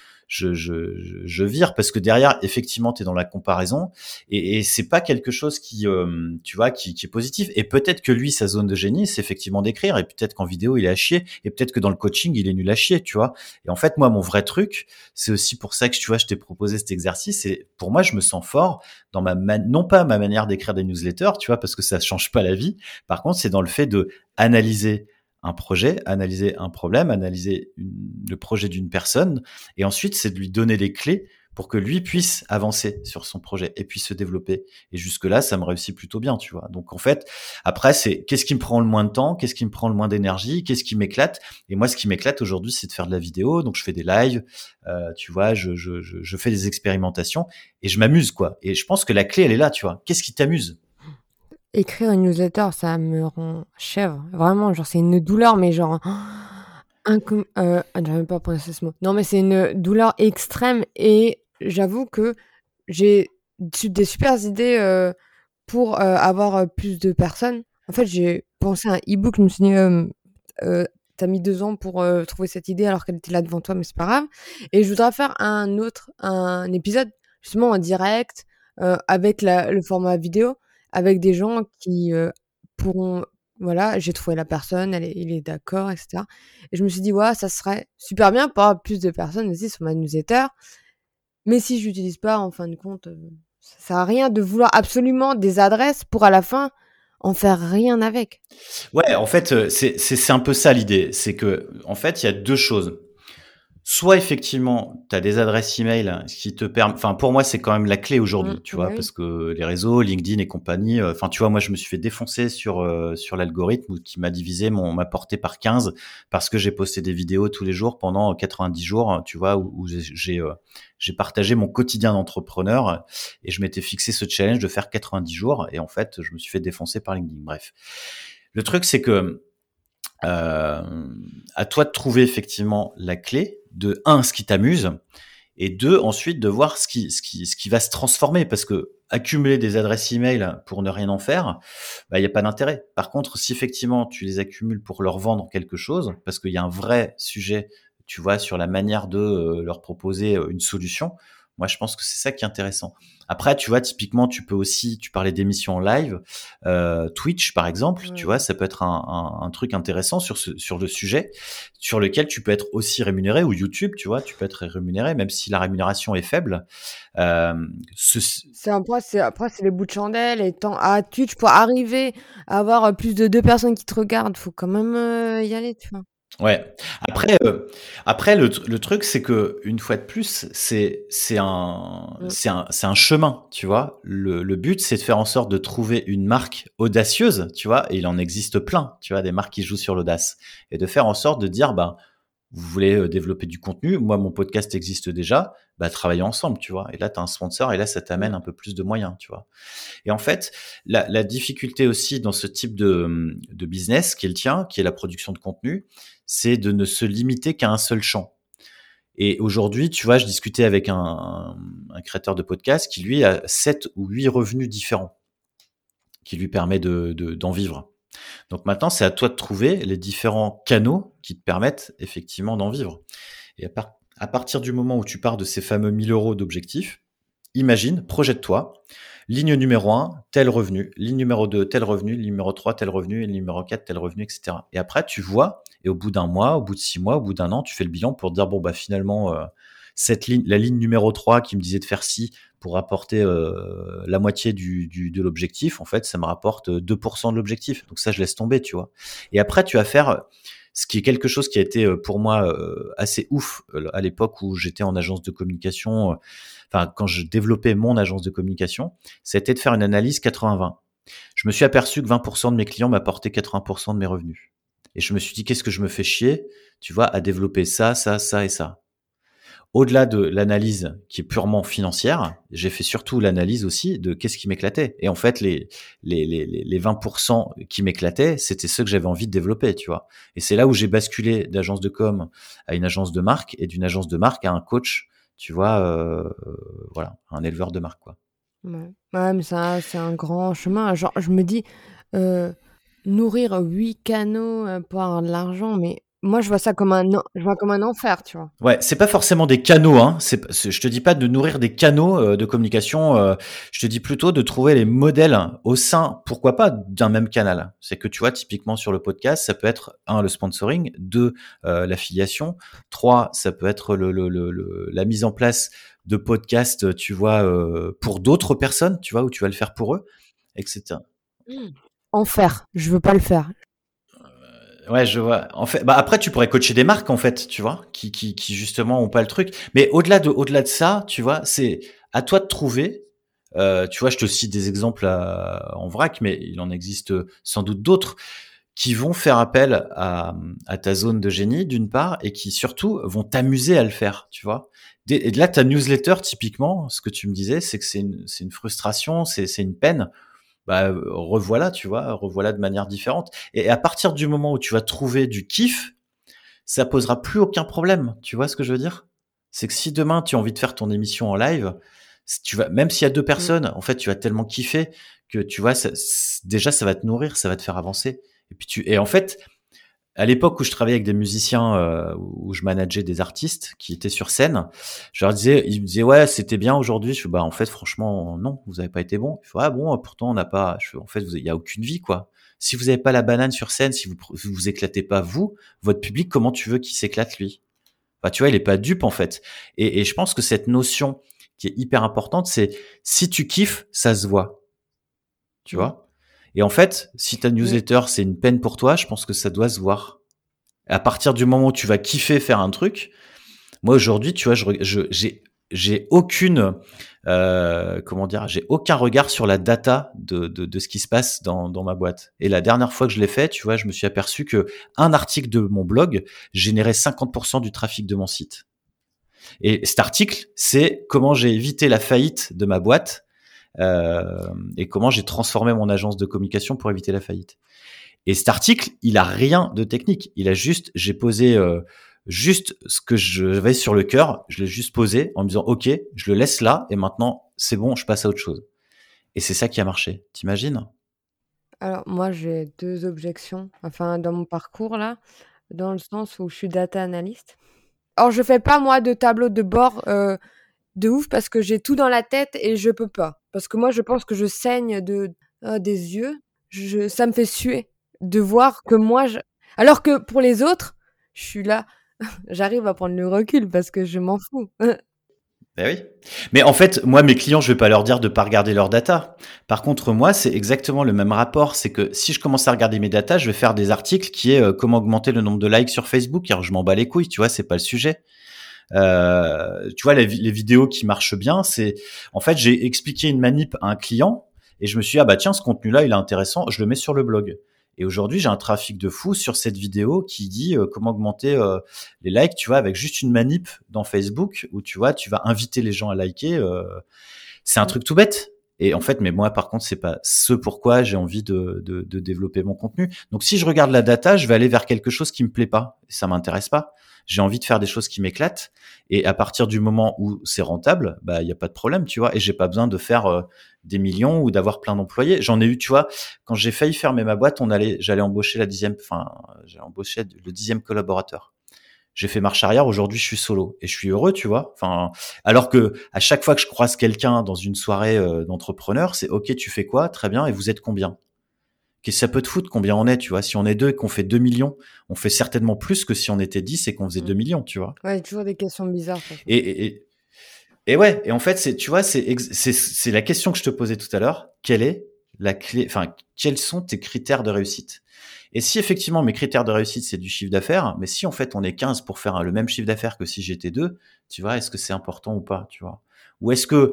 je vire parce que derrière, effectivement, tu es dans la comparaison et c'est pas quelque chose qui, tu vois, qui est positif. Et peut-être que lui, sa zone de génie, c'est effectivement d'écrire et peut-être qu'en vidéo, il est à chier et peut-être que dans le coaching, il est nul à chier, tu vois. Et en fait, moi, mon vrai truc, c'est aussi pour ça que, tu vois, je t'ai proposé cet exercice et pour moi, je me sens fort dans non pas ma manière d'écrire des newsletters, tu vois, parce que ça change pas la vie. Par contre, c'est dans le fait de analyser un projet, analyser un problème, analyser le projet d'une personne, et ensuite c'est de lui donner les clés pour que lui puisse avancer sur son projet et puisse se développer. Et jusque-là, ça me réussit plutôt bien, tu vois. Donc en fait, après, c'est qu'est-ce qui me prend le moins de temps, qu'est-ce qui me prend le moins d'énergie, qu'est-ce qui m'éclate. Et moi, ce qui m'éclate aujourd'hui, c'est de faire de la vidéo. Donc je fais des lives, tu vois, je fais des expérimentations et je m'amuse, quoi. Et je pense que la clé, elle est là, tu vois. Qu'est-ce qui t'amuse? Écrire une newsletter, ça me rend chèvre. Vraiment, genre, c'est une douleur, mais genre, j'arrive même pas à prononcer ce mot. Non, mais c'est une douleur extrême et j'avoue que j'ai des super idées pour avoir plus de personnes. En fait, j'ai pensé à un e-book, je me suis dit, t'as mis 2 ans pour trouver cette idée alors qu'elle était là devant toi, mais c'est pas grave. Et je voudrais faire un épisode justement en direct avec le format vidéo, avec des gens qui pourront. Voilà, j'ai trouvé la personne, il est d'accord, etc. Et je me suis dit, ouais, ça serait super bien pour avoir plus de personnes aussi sur ma newsletter. Mais si je l'utilise pas, en fin de compte, ça sert à rien de vouloir absolument des adresses pour à la fin en faire rien avec. Ouais, en fait, c'est un peu ça l'idée. C'est que, en fait, il y a deux choses. Soit effectivement, tu as des adresses email qui te permettent. Enfin, pour moi, c'est quand même la clé aujourd'hui, tu Bah vois, oui. parce que les réseaux, LinkedIn et compagnie. Enfin, tu vois, moi, je me suis fait défoncer sur l'algorithme qui m'a divisé ma portée par 15 parce que j'ai posté des vidéos tous les jours pendant 90 jours, tu vois, où j'ai partagé mon quotidien d'entrepreneur et je m'étais fixé ce challenge de faire 90 jours et en fait, je me suis fait défoncer par LinkedIn. Bref, le truc, c'est que à toi de trouver effectivement la clé de un, ce qui t'amuse, et deux, ensuite de voir ce qui va se transformer, parce que accumuler des adresses email pour ne rien en faire, bah, il y a pas d'intérêt. Par contre, si effectivement tu les accumules pour leur vendre quelque chose, parce qu'il y a un vrai sujet, tu vois, sur la manière de leur proposer une solution, moi je pense que c'est ça qui est intéressant. Après, tu vois, typiquement, tu parlais d'émissions en live, Twitch par exemple, tu vois, Ouais. ça peut être un truc intéressant sur le sujet, sur lequel tu peux être aussi rémunéré, ou YouTube, tu vois, tu peux être rémunéré, même si la rémunération est faible. Euh, ce- Après, c'est les bouts de chandelle et tant à Twitch pour arriver à avoir plus de 2 personnes qui te regardent, faut quand même y aller, tu vois. ouais. Après le truc, c'est que une fois de plus, Mm. c'est un chemin, tu vois. Le but, c'est de faire en sorte de trouver une marque audacieuse, tu vois. Et il en existe plein, tu vois, des marques qui jouent sur l'audace, et de faire en sorte de dire, ben vous voulez développer du contenu, moi mon podcast existe déjà, bah travaillons ensemble, tu vois. Et là tu as un sponsor et là ça t'amène un peu plus de moyens, tu vois. Et en fait, la difficulté aussi dans ce type de business qui est le tien, qui est la production de contenu, c'est de ne se limiter qu'à un seul champ. Et aujourd'hui, tu vois, je discutais avec un créateur de podcast qui lui a 7 ou 8 revenus différents qui lui permet d'en vivre. Donc maintenant, c'est à toi de trouver les différents canaux qui te permettent effectivement d'en vivre. Et à partir du moment où tu pars de ces fameux 1 000 euros d'objectifs, imagine, projette-toi, ligne numéro 1, tel revenu, ligne numéro 2, tel revenu, ligne numéro 3, tel revenu, et ligne numéro 4, tel revenu, etc. Et après, tu vois, et au bout d'un mois, au bout de 6 mois, au bout d'un an, tu fais le bilan pour te dire, bon, bah finalement, cette ligne, la ligne numéro 3 qui me disait de faire ci pour rapporter la moitié de l'objectif, en fait, ça me rapporte 2% de l'objectif. Donc ça, je laisse tomber, tu vois. Et après, tu vas faire ce qui est quelque chose qui a été pour moi assez ouf à l'époque où j'étais en agence de communication, enfin quand je développais mon agence de communication, c'était de faire une analyse 80-20. Je me suis aperçu que 20% de mes clients m'apportaient 80% de mes revenus. Et je me suis dit, qu'est-ce que je me fais chier, tu vois, à développer ça, ça, ça et ça. Au-delà de l'analyse qui est purement financière, j'ai fait surtout l'analyse aussi de qu'est-ce qui m'éclatait. Et en fait, les 20% qui m'éclataient, c'était ceux que j'avais envie de développer, tu vois. Et c'est là où j'ai basculé d'agence de com à une agence de marque et d'une agence de marque à un coach, tu vois, voilà, un éleveur de marque, quoi. Ouais, mais ça, c'est un grand chemin. Genre, je me dis, nourrir 8 canaux pour avoir de l'argent, mais moi, je vois ça comme un enfer, tu vois. Ouais, c'est pas forcément des canaux, hein. Je te dis pas de nourrir des canaux de communication. Je te dis plutôt de trouver les modèles au sein, pourquoi pas, d'un même canal. C'est que tu vois, typiquement sur le podcast, ça peut être le sponsoring, 2, l'affiliation, 3, ça peut être la mise en place de podcasts, tu vois, pour d'autres personnes, tu vois, où tu vas le faire pour eux, etc. Enfer, je veux pas le faire. Ouais, je vois. En fait, bah après, tu pourrais coacher des marques, en fait, tu vois, qui justement ont pas le truc. Mais au-delà de ça, tu vois, c'est à toi de trouver. Tu vois, je te cite des exemples en vrac, mais il en existe sans doute d'autres qui vont faire appel à ta zone de génie, d'une part, et qui surtout vont t'amuser à le faire, tu vois. Et là, ta newsletter, typiquement, ce que tu me disais, c'est que c'est une frustration, c'est une peine. Bah, revoilà, tu vois, revoilà de manière différente. Et à partir du moment où tu vas trouver du kiff, ça posera plus aucun problème. Tu vois ce que je veux dire? C'est que si demain tu as envie de faire ton émission en live, tu vas, même s'il y a 2 personnes, en fait, tu vas tellement kiffer que tu vois, déjà, ça va te nourrir, ça va te faire avancer. Et en fait, à l'époque où je travaillais avec des musiciens, où je manageais des artistes qui étaient sur scène, je leur disais, ils me disaient ouais c'était bien aujourd'hui. Je fais bah en fait franchement non, vous avez pas été bon. Il faut ah bon pourtant on n'a pas. Je fais, en fait il y a aucune vie quoi. Si vous avez pas la banane sur scène, si vous éclatez pas vous, votre public comment tu veux qu'il s'éclate lui? Bah tu vois il est pas dupe en fait. Et je pense que cette notion qui est hyper importante, c'est si tu kiffes, ça se voit. Tu vois? Et en fait, si ta newsletter c'est une peine pour toi, je pense que ça doit se voir. À partir du moment où tu vas kiffer faire un truc, moi aujourd'hui, tu vois, j'ai aucune, comment dire, j'ai aucun regard sur la data de ce qui se passe dans ma boîte. Et la dernière fois que je l'ai fait, tu vois, je me suis aperçu que un article de mon blog générait 50% du trafic de mon site. Et cet article, c'est comment j'ai évité la faillite de ma boîte et comment j'ai transformé mon agence de communication pour éviter la faillite. Et cet article, il a rien de technique. J'ai posé juste ce que j'avais sur le cœur. Je l'ai juste posé en me disant, OK, je le laisse là et maintenant, c'est bon, je passe à autre chose. Et c'est ça qui a marché. T'imagines? Alors, moi, j'ai 2 objections, enfin, dans mon parcours là, dans le sens où je suis data analyst. Or, je fais pas moi de tableau de bord, de ouf parce que j'ai tout dans la tête et je peux pas. Parce que moi, je pense que je saigne des yeux. Ça me fait suer de voir que moi alors que pour les autres, je suis là, j'arrive à prendre le recul parce que je m'en fous. Ben oui. Mais en fait, moi, mes clients, je vais pas leur dire de pas regarder leurs data. Par contre, moi, c'est exactement le même rapport. C'est que si je commence à regarder mes data, je vais faire des articles qui est comment augmenter le nombre de likes sur Facebook. Alors, je m'en bats les couilles, tu vois, c'est pas le sujet. Tu vois, les vidéos qui marchent bien, c'est en fait, j'ai expliqué une manip à un client et je me suis dit, ah bah tiens, ce contenu-là, il est intéressant, je le mets sur le blog. Et aujourd'hui, j'ai un trafic de fou sur cette vidéo qui dit comment augmenter les likes, tu vois, avec juste une manip dans Facebook où tu vois, tu vas inviter les gens à liker. C'est un truc tout bête. Et en fait, mais moi, par contre, c'est pas ce pourquoi j'ai envie de développer mon contenu. Donc, si je regarde la data, je vais aller vers quelque chose qui me plaît pas. Et ça m'intéresse pas. J'ai envie de faire des choses qui m'éclatent. Et à partir du moment où c'est rentable, bah, il y a pas de problème, tu vois. Et j'ai pas besoin de faire des millions ou d'avoir plein d'employés. J'en ai eu, tu vois, quand j'ai failli fermer ma boîte, j'allais embaucher j'ai embauché le 10e collaborateur. J'ai fait marche arrière. Aujourd'hui, je suis solo et je suis heureux, tu vois. Enfin, alors que à chaque fois que je croise quelqu'un dans une soirée d'entrepreneur, c'est OK, tu fais quoi? Très bien. Et vous êtes combien? Qu'est-ce que ça peut te foutre combien on est, tu vois? Si on est 2 et qu'on fait 2 millions, on fait certainement plus que si on était 10 et qu'on faisait 2 millions, tu vois? Ouais, toujours des questions bizarres, de toute façon. Et ouais, et en fait, tu vois, c'est la question que je te posais tout à l'heure. Quelle est la clé, enfin, quels sont tes critères de réussite? Et si effectivement mes critères de réussite c'est du chiffre d'affaires, mais si en fait on est 15 pour faire le même chiffre d'affaires que si j'étais 2, tu vois, est-ce que c'est important ou pas, tu vois? Ou est-ce que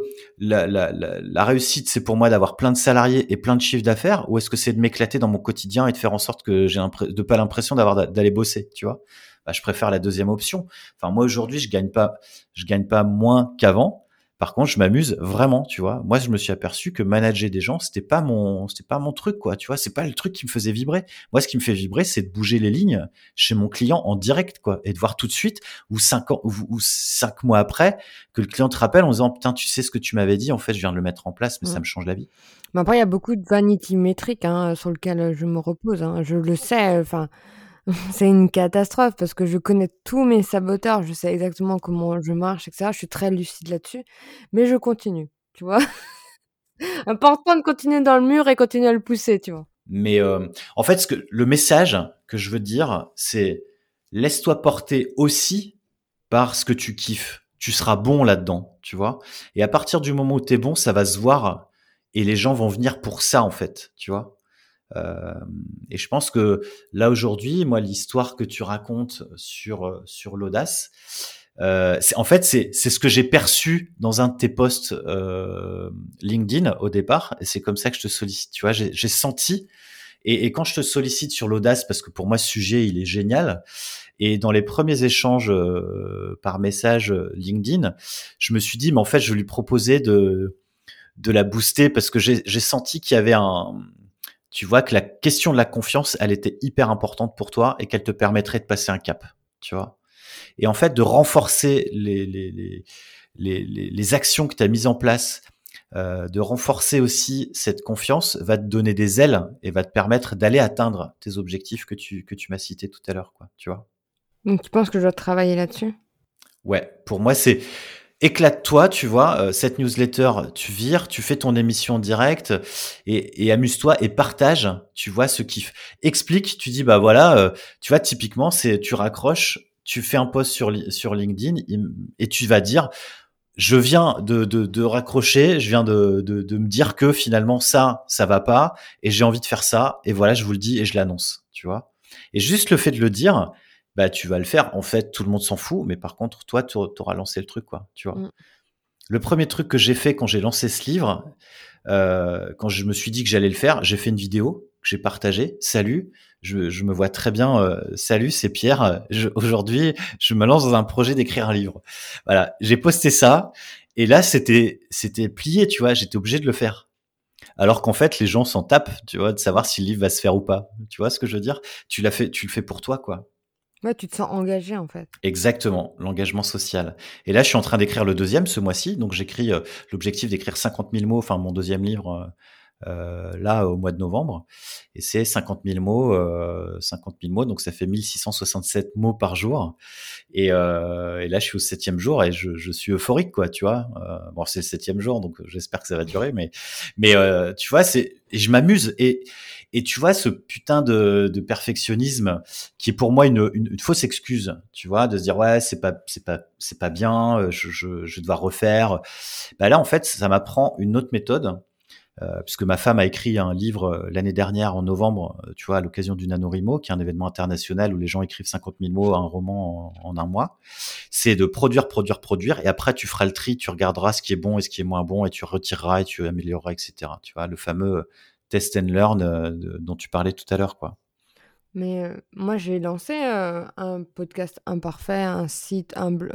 la réussite c'est pour moi d'avoir plein de salariés et plein de chiffres d'affaires, ou est-ce que c'est de m'éclater dans mon quotidien et de faire en sorte que de pas l'impression d'aller bosser, tu vois? Bah, je préfère la deuxième option. Enfin, moi aujourd'hui je gagne pas moins qu'avant. Par contre, je m'amuse vraiment, tu vois. Moi, je me suis aperçu que manager des gens, c'était pas mon truc, quoi. Tu vois, c'est pas le truc qui me faisait vibrer. Moi, ce qui me fait vibrer, c'est de bouger les lignes chez mon client en direct, quoi, et de voir tout de suite ou 5 ans ou 5 mois après que le client te rappelle en disant putain, tu sais ce que tu m'avais dit, en fait, je viens de le mettre en place, mais ça me change la vie. Mais après, il y a beaucoup de vanity métriques sur lequel je me repose. Je le sais. Enfin, c'est une catastrophe parce que je connais tous mes saboteurs. Je sais exactement comment je marche, etc. Je suis très lucide là-dessus, mais je continue. Tu vois, important de continuer dans le mur et continuer à le pousser. Tu vois. Mais en fait, le message que je veux dire, c'est laisse-toi porter aussi par ce que tu kiffes. Tu seras bon là-dedans, tu vois. Et à partir du moment où tu es bon, ça va se voir et les gens vont venir pour ça, en fait, tu vois. Et je pense que là aujourd'hui, moi, l'histoire que tu racontes sur l'audace, en fait, c'est ce que j'ai perçu dans un de tes posts LinkedIn au départ, et c'est comme ça que je te sollicite. Tu vois, j'ai senti. Et quand je te sollicite sur l'audace, parce que pour moi ce sujet il est génial, et dans les premiers échanges par message LinkedIn, je me suis dit mais en fait je vais lui proposer de la booster parce que j'ai senti qu'il y avait tu vois que la question de la confiance elle était hyper importante pour toi et qu'elle te permettrait de passer un cap, tu vois. Et en fait de renforcer les actions que tu as mises en place, de renforcer aussi cette confiance va te donner des ailes et va te permettre d'aller atteindre tes objectifs que tu m'as cités tout à l'heure, quoi, tu vois? Donc, tu penses que je dois travailler là-dessus? Ouais, pour moi, c'est éclate-toi, tu vois, cette newsletter, tu vires, tu fais ton émission en direct et amuse-toi et partage, tu vois, ce kiff. Explique, tu dis, bah voilà, tu vois, typiquement, c'est tu raccroches, tu fais un post sur LinkedIn et tu vas dire, je viens de raccrocher, je viens de me dire que finalement ça va pas et j'ai envie de faire ça et voilà, je vous le dis et je l'annonce, tu vois. Et juste le fait de le dire, bah tu vas le faire. En fait, tout le monde s'en fout, mais par contre, toi, tu auras lancé le truc, quoi, tu vois. Mmh. Le premier truc que j'ai fait quand j'ai lancé ce livre, quand je me suis dit que j'allais le faire, j'ai fait une vidéo que j'ai partagée. Salut, je me vois très bien. Salut, c'est Pierre. Aujourd'hui, je me lance dans un projet d'écrire un livre. Voilà, j'ai posté ça et là, c'était plié, tu vois. J'étais obligé de le faire. Alors qu'en fait, les gens s'en tapent, tu vois, de savoir si le livre va se faire ou pas. Tu vois ce que je veux dire? Tu le fais pour toi, quoi. Ouais, tu te sens engagé, en fait. Exactement, l'engagement social. Et là, je suis en train d'écrire le deuxième ce mois-ci. Donc, j'écris l'objectif d'écrire 50 000 mots, enfin mon deuxième livre, là, au mois de novembre. Et c'est 50 000 mots, 50 000 mots. Donc, ça fait 1667 mots par jour. Et là, je suis au 7e jour et je suis euphorique, quoi, tu vois. Bon, c'est le 7e jour, donc j'espère que ça va durer. Mais tu vois, et je m'amuse. Et tu vois, ce putain de perfectionnisme qui est pour moi une fausse excuse, tu vois, de se dire ouais, c'est pas bien, je vais devoir refaire. Bah là, en fait, ça m'apprend une autre méthode, puisque ma femme a écrit un livre l'année dernière en novembre, tu vois, à l'occasion du NaNoWriMo, qui est un événement international où les gens écrivent 50 000 mots, un roman en un mois. C'est de produire, et après tu feras le tri, tu regarderas ce qui est bon et ce qui est moins bon, et tu retireras et tu amélioreras, etc. Tu vois, le fameux test and learn dont tu parlais tout à l'heure, quoi. Mais moi, j'ai lancé un podcast imparfait, un site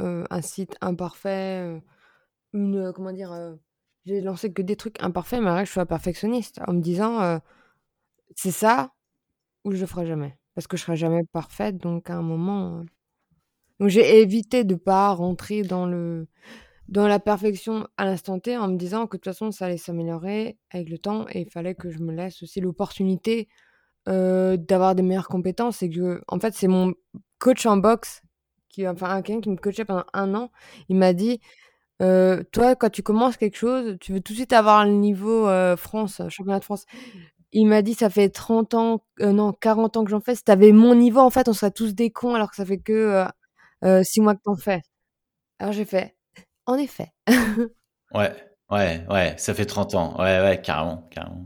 imparfait, comment dire, j'ai lancé que des trucs imparfaits, mais après, je suis un perfectionniste en me disant, c'est ça ou je le ferai jamais. Parce que je serai jamais parfaite, donc à un moment, donc j'ai évité de pas rentrer dans la perfection à l'instant T en me disant que de toute façon, ça allait s'améliorer avec le temps et il fallait que je me laisse aussi l'opportunité d'avoir des meilleures compétences et que en fait, c'est mon coach en boxe quelqu'un qui me coachait pendant 1 an, il m'a dit: toi, quand tu commences quelque chose, tu veux tout de suite avoir le niveau, France, championnat de France». Il m'a dit: «Ça fait 30 ans, non 40 ans que j'en fais. Si tu avais mon niveau, en fait, on serait tous des cons alors que ça fait que, 6 mois que tu en fais». Alors j'ai fait: «En effet». Ouais, ouais, ça fait 30 ans. Ouais, ouais, carrément, carrément.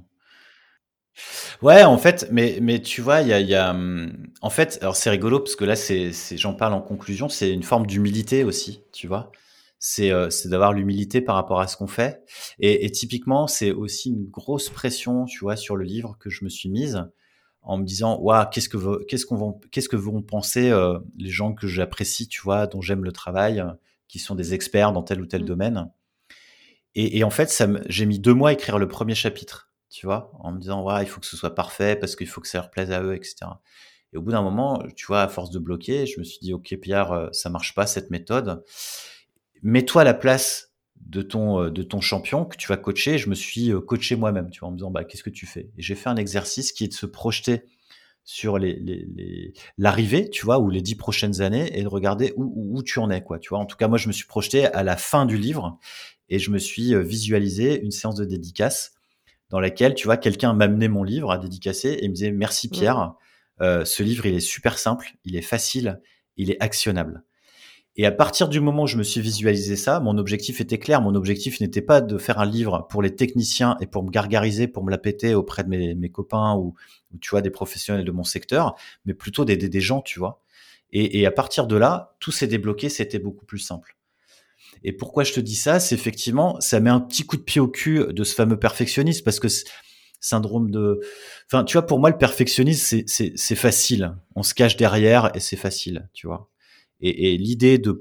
Ouais, en fait, mais tu vois, en fait, alors c'est rigolo parce que là, j'en parle en conclusion, c'est une forme d'humilité aussi, tu vois. C'est d'avoir l'humilité par rapport à ce qu'on fait. Et typiquement, c'est aussi une grosse pression, tu vois, sur le livre que je me suis mise en me disant, waouh, qu'est-ce que vont penser les gens que j'apprécie, tu vois, dont j'aime le travail, qui sont des experts dans tel ou tel Mmh. domaine. Et en fait, j'ai mis 2 mois à écrire le premier chapitre, tu vois, en me disant, ouais, il faut que ce soit parfait parce qu'il faut que ça leur plaise à eux, etc. Et au bout d'un moment, tu vois, à force de bloquer, je me suis dit, ok, Pierre, ça marche pas cette méthode. Mets-toi à la place de ton champion que tu vas coacher. Je me suis coaché moi-même, tu vois, en me disant, bah, qu'est-ce que tu fais? Et j'ai fait un exercice qui est de se projeter sur l'arrivée, tu vois, ou les 10 prochaines années et de regarder où tu en es, quoi, tu vois. En tout cas, moi, je me suis projeté à la fin du livre et je me suis visualisé une séance de dédicace dans laquelle, tu vois, quelqu'un m'amenait mon livre à dédicacer et me disait merci Mmh. Pierre, ce livre il est super simple, il est facile, il est actionnable. Et à partir du moment où je me suis visualisé ça, mon objectif était clair. Mon objectif n'était pas de faire un livre pour les techniciens et pour me gargariser, pour me la péter auprès de mes copains ou, tu vois, des professionnels de mon secteur, mais plutôt d'aider des gens, tu vois. Et à partir de là, tout s'est débloqué, c'était beaucoup plus simple. Et pourquoi je te dis ça, c'est effectivement, ça met un petit coup de pied au cul de ce fameux perfectionniste parce que syndrome de, enfin, tu vois, pour moi, le perfectionnisme, c'est facile. On se cache derrière et c'est facile, tu vois. Et l'idée de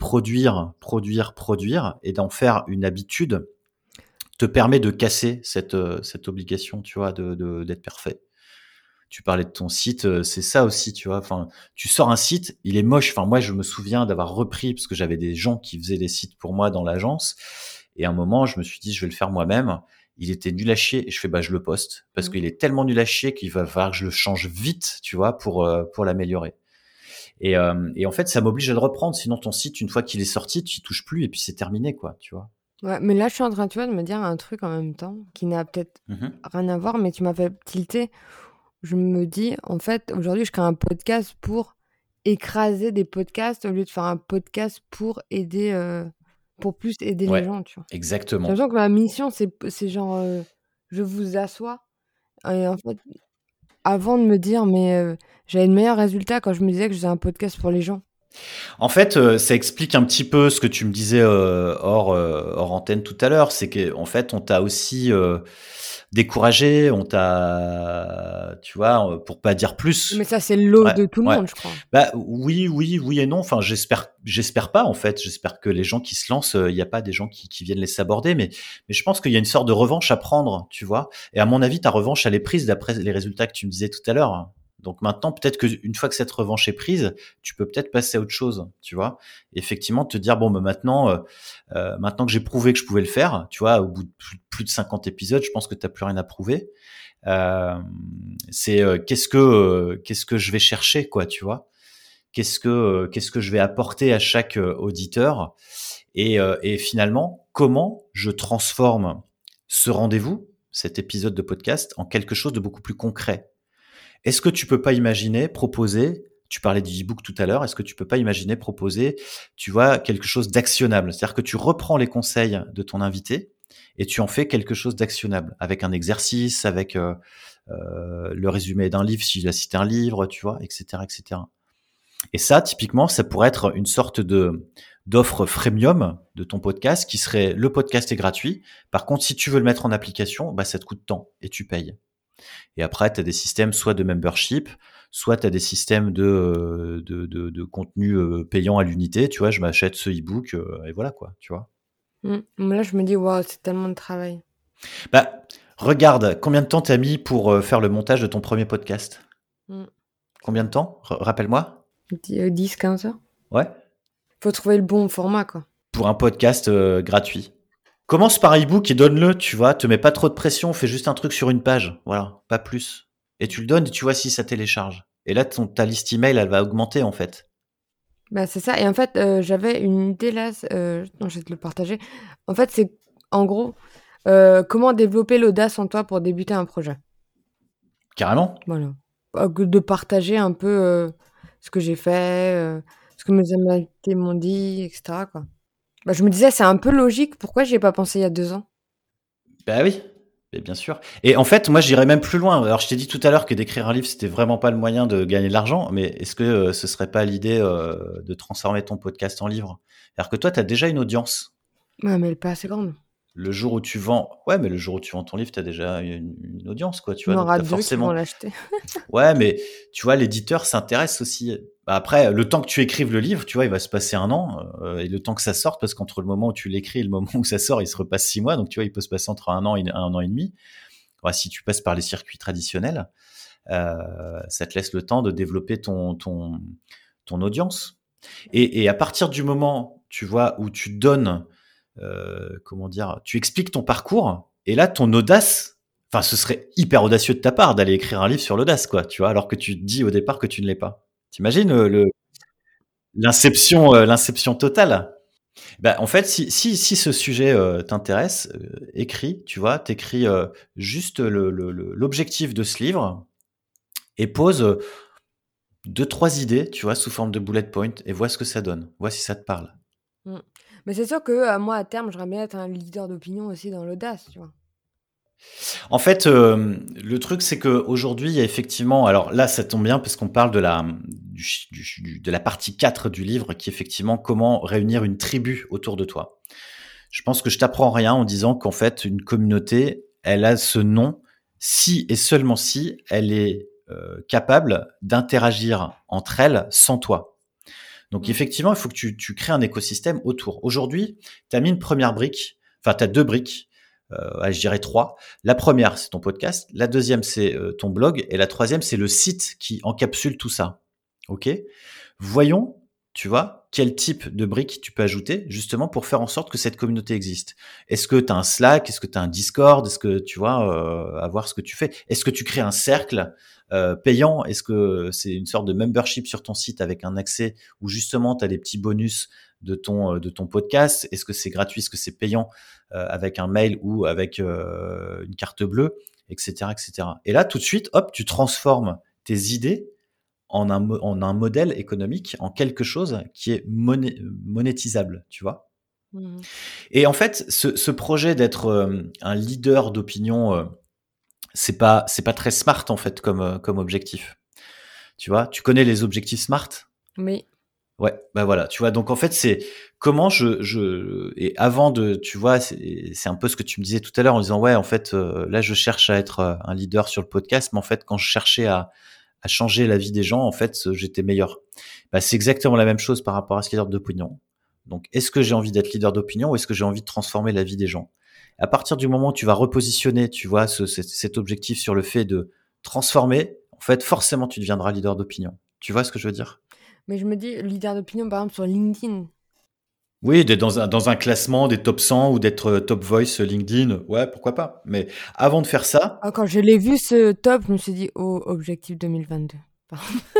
produire et d'en faire une habitude te permet de casser cette obligation, tu vois, d'être parfait. Tu parlais de ton site, c'est ça aussi, tu vois. Enfin, tu sors un site, il est moche. Enfin, moi, je me souviens d'avoir repris parce que j'avais des gens qui faisaient des sites pour moi dans l'agence. Et à un moment, je me suis dit, je vais le faire moi-même. Il était nul à chier et je fais, bah, je le poste parce Mmh. qu'il est tellement nul à chier qu'il va falloir que je le change vite, tu vois, pour l'améliorer. Et en fait, ça m'oblige à le reprendre. Sinon, ton site, une fois qu'il est sorti, tu y touches plus et puis c'est terminé, quoi, tu vois. Ouais, mais là, je suis en train, tu vois, de me dire un truc en même temps qui n'a peut-être Mhm. rien à voir, mais tu m'as fait tilter. Je me dis, en fait, aujourd'hui, je crée un podcast pour écraser des podcasts au lieu de faire un podcast pour aider, pour plus aider les Ouais, gens, tu vois. J'ai exactement. l'impression que ma mission, c'est genre, je vous assois et en fait, avant de me dire, mais j'avais de meilleurs résultats quand je me disais que je faisais un podcast pour les gens. En fait, ça explique un petit peu ce que tu me disais hors antenne tout à l'heure, c'est qu'en fait, on t'a aussi découragé, on t'a, tu vois, pour pas dire Mais plus. ça, c'est le lot Ouais, de tout le ouais. monde, je crois. Bah oui, oui, oui et non. Enfin, j'espère pas en fait. J'espère que les gens qui se lancent, il y a pas des gens qui viennent les saborder, mais je pense qu'il y a une sorte de revanche à prendre, tu vois. Et à mon avis, ta revanche, elle est prise d'après les résultats que tu me disais tout à l'heure. Donc maintenant, peut-être que une fois que cette revanche est prise, tu peux peut-être passer à autre chose, tu vois. Effectivement, te dire bon, bah maintenant que j'ai prouvé que je pouvais le faire, tu vois, au bout de plus de 50 épisodes, je pense que t'as plus rien à prouver. Euh, c'est qu'est-ce que je vais chercher, quoi, tu vois. Qu'est-ce que je vais apporter à chaque auditeur et finalement comment je transforme ce rendez-vous, cet épisode de podcast, en quelque chose de beaucoup plus concret. Est-ce que tu peux pas imaginer proposer, tu parlais du e-book tout à l'heure, est-ce que tu peux pas imaginer proposer, tu vois, quelque chose d'actionnable, c'est-à-dire que tu reprends les conseils de ton invité et tu en fais quelque chose d'actionnable avec un exercice, avec le résumé d'un livre s'il a cité un livre, tu vois, etc., etc. Et ça, typiquement, ça pourrait être une sorte d'offre freemium de ton podcast qui serait le podcast est gratuit. Par contre, si tu veux le mettre en application, bah, ça te coûte tant et tu payes. Et après, tu as des systèmes soit de membership, soit tu as des systèmes de contenu payant à l'unité. Tu vois, je m'achète ce e-book et voilà quoi, tu vois. Là, je me dis, waouh, c'est tellement de travail. Bah, regarde, combien de temps t'as mis pour faire le montage de ton premier podcast? Combien de temps? Rappelle-moi. 10-15 heures. Ouais. Faut trouver le bon format, quoi. Pour un podcast gratuit. Commence par e-book et donne-le, tu vois. Te mets pas trop de pression, fais juste un truc sur une page. Voilà, pas plus. Et tu le donnes et tu vois si ça télécharge. Et là, ta liste email, elle va augmenter, en fait. Bah, c'est ça. Et en fait, j'avais une idée là, non, je vais te le partager. En fait, c'est en gros, comment développer l'audace en toi pour débuter un projet. Carrément. Voilà. De partager un peu ce que j'ai fait, ce que mes invités m'ont dit, etc., quoi. Bah, je me disais, c'est un peu logique. Pourquoi j'y ai pas pensé il y a 2 ans? Bah oui, et bien sûr. Et en fait, moi, j'irais même plus loin. Alors, je t'ai dit tout à l'heure que d'écrire un livre, c'était vraiment pas le moyen de gagner de l'argent, mais est-ce que ce serait pas l'idée de transformer ton podcast en livre? C'est-à-dire que toi, tu as déjà une audience. Ouais, mais elle est pas assez grande. Le jour où tu vends, ouais, mais le jour où tu vends ton livre, tu as déjà une audience, quoi, tu Il y vois. en Donc, aura tu as 2 qui vont forcément. l'acheter. Ouais, mais tu vois, l'éditeur s'intéresse aussi. Bah, après, le temps que tu écrives le livre, tu vois, il va se passer 1 an, et le temps que ça sorte, parce qu'entre le moment où tu l'écris et le moment où ça sort, il se repasse 6 mois. Donc, tu vois, il peut se passer entre 1 an et 1 an et demi. Ouais, si tu passes par les circuits traditionnels, ça te laisse le temps de développer ton audience. Et à partir du moment, tu vois, où tu donnes, comment dire, tu expliques ton parcours, et là, ton audace, enfin, ce serait hyper audacieux de ta part d'aller écrire un livre sur l'audace, quoi, tu vois, alors que tu te dis au départ que tu ne l'es pas. T'imagines l'inception totale. Bah, en fait, si ce sujet t'intéresse, écris, tu vois, t'écris juste l'objectif de ce livre et pose 2-3 idées, tu vois, sous forme de bullet point et vois ce que ça donne. Vois si ça te parle. Mmh. Mais c'est sûr que, moi, à terme, j'aimerais bien être un leader d'opinion aussi dans l'audace, tu vois? En fait, le truc, c'est qu'aujourd'hui, il y a effectivement, alors là, ça tombe bien parce qu'on parle de la partie 4 du livre qui est effectivement comment réunir une tribu autour de toi. Je pense que je t'apprends rien en disant qu'en fait, une communauté, elle a ce nom si et seulement si elle est capable d'interagir entre elles sans toi. Donc effectivement, il faut que tu crées un écosystème autour. Aujourd'hui, tu as mis une première brique, enfin tu as 2 briques, je dirais 3. La première, c'est ton podcast. La deuxième, c'est ton blog. Et la troisième, c'est le site qui encapsule tout ça. OK? Voyons, tu vois, quel type de briques tu peux ajouter justement pour faire en sorte que cette communauté existe. Est-ce que tu as un Slack? Est-ce que tu as un Discord? Est-ce que tu vois, à voir ce que tu fais? Est-ce que tu crées un cercle payant? Est-ce que c'est une sorte de membership sur ton site avec un accès où justement tu as des petits bonus de ton podcast? Est-ce que c'est gratuit? Est-ce que c'est payant avec un mail ou avec une carte bleue, etc., etc. Et là, tout de suite, hop, tu transformes tes idées en un modèle économique, en quelque chose qui est monétisable, tu vois. Mmh. Et en fait, ce projet d'être un leader d'opinion, c'est pas très smart en fait comme objectif. Tu vois, tu connais les objectifs smart? Oui. Ouais, bah voilà, tu vois, donc en fait, c'est comment et avant tu vois, c'est un peu ce que tu me disais tout à l'heure en disant, ouais, en fait, là, je cherche à être un leader sur le podcast, mais en fait, quand je cherchais à changer la vie des gens, en fait, j'étais meilleur. Bah, c'est exactement la même chose par rapport à ce leader d'opinion. Donc, est-ce que j'ai envie d'être leader d'opinion ou est-ce que j'ai envie de transformer la vie des gens? À partir du moment où tu vas repositionner, tu vois, cet objectif sur le fait de transformer, en fait, forcément, tu deviendras leader d'opinion. Tu vois ce que je veux dire? Mais je me dis, leader d'opinion, par exemple, sur LinkedIn. Oui, d'être dans un classement des top 100 ou d'être top voice LinkedIn, ouais, pourquoi pas. Mais avant de faire ça, Ah, quand je l'ai vu ce top, je me suis dit: «Oh, objectif 2022». Pardon.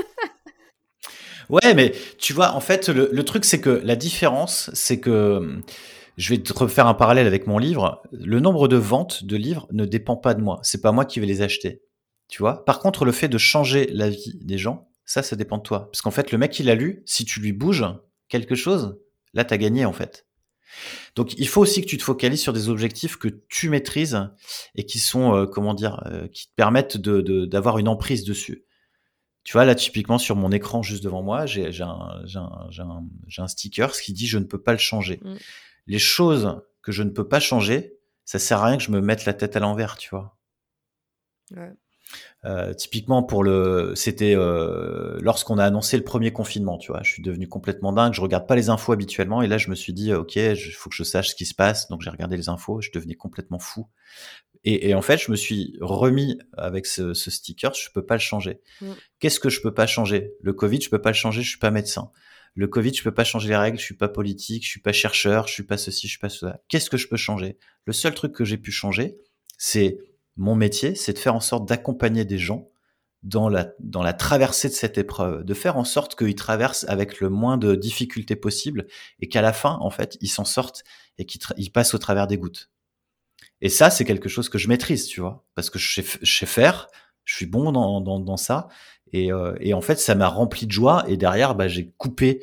ouais, mais tu vois, en fait, le truc, c'est que la différence, c'est que je vais te refaire un parallèle avec mon livre. Le nombre de ventes de livres ne dépend pas de moi. C'est pas moi qui vais les acheter. Tu vois? Par contre, le fait de changer la vie des gens, ça dépend de toi. Parce qu'en fait, le mec, il a lu, si tu lui bouges quelque chose, là, t'as gagné, en fait. Donc, il faut aussi que tu te focalises sur des objectifs que tu maîtrises et qui sont, comment dire, qui te permettent d'avoir une emprise dessus. Tu vois, là, typiquement, sur mon écran juste devant moi, j'ai un sticker qui dit je ne peux pas le changer. Mmh. Les choses que je ne peux pas changer, ça sert à rien que je me mette la tête à l'envers, tu vois. Ouais. Typiquement c'était lorsqu'on a annoncé le premier confinement, tu vois. Je suis devenu complètement dingue. Je regarde pas les infos habituellement et là je me suis dit ok, faut que je sache ce qui se passe. Donc j'ai regardé les infos. Je devenais complètement fou. Et en fait, je me suis remis avec ce sticker. Je peux pas le changer. Qu'est-ce que je peux pas changer? Le Covid, je peux pas le changer. Je suis pas médecin. Le Covid, je peux pas changer les règles. Je suis pas politique. Je suis pas chercheur. Je suis pas ceci. Je suis pas cela. Qu'est-ce que je peux changer? Le seul truc que j'ai pu changer, c'est mon métier, c'est de faire en sorte d'accompagner des gens dans la traversée de cette épreuve, de faire en sorte qu'ils traversent avec le moins de difficultés possible et qu'à la fin, en fait, ils s'en sortent et qu'ils passent au travers des gouttes. Et ça, c'est quelque chose que je maîtrise, tu vois, parce que je sais faire, je suis bon dans ça. Et en fait, ça m'a rempli de joie. Et derrière, bah, j'ai coupé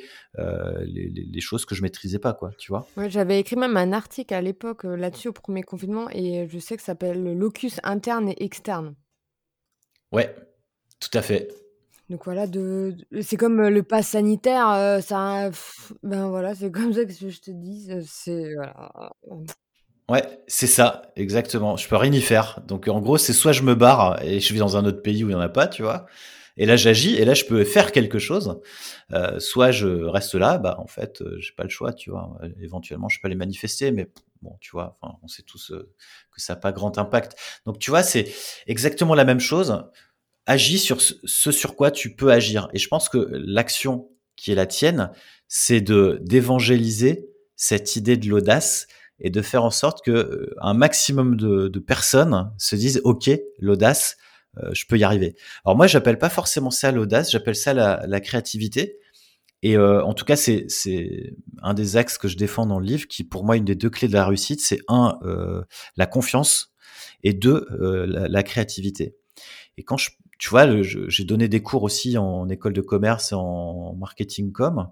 les choses que je maîtrisais pas, quoi, tu vois. Ouais, j'avais écrit même un article à l'époque là-dessus au premier confinement et je sais que ça s'appelle le locus interne et externe. Ouais, tout à fait. Donc voilà, c'est comme le pass sanitaire, ben voilà, c'est comme ça que je te dis, c'est voilà. Ouais, c'est ça, exactement. Je peux rien y faire. Donc en gros, c'est soit je me barre et je vais dans un autre pays où il y en a pas, tu vois. Et là j'agis et là je peux faire quelque chose. Soit je reste là, bah en fait j'ai pas le choix, tu vois. Éventuellement je peux aller manifester, mais bon, tu vois, enfin on sait tous que ça n'a pas grand impact. Donc tu vois, c'est exactement la même chose. Agis sur ce sur quoi tu peux agir. Et je pense que l'action qui est la tienne, c'est d'évangéliser cette idée de l'audace et de faire en sorte que un maximum de personnes se disent ok, l'audace, je peux y arriver. Alors moi j'appelle pas forcément ça l'audace, j'appelle ça la créativité. Et en tout cas c'est un des axes que je défends dans le livre qui pour moi une des deux clés de la réussite, c'est un la confiance et deux la créativité. Et quand tu vois, j'ai donné des cours aussi en école de commerce et en marketing com.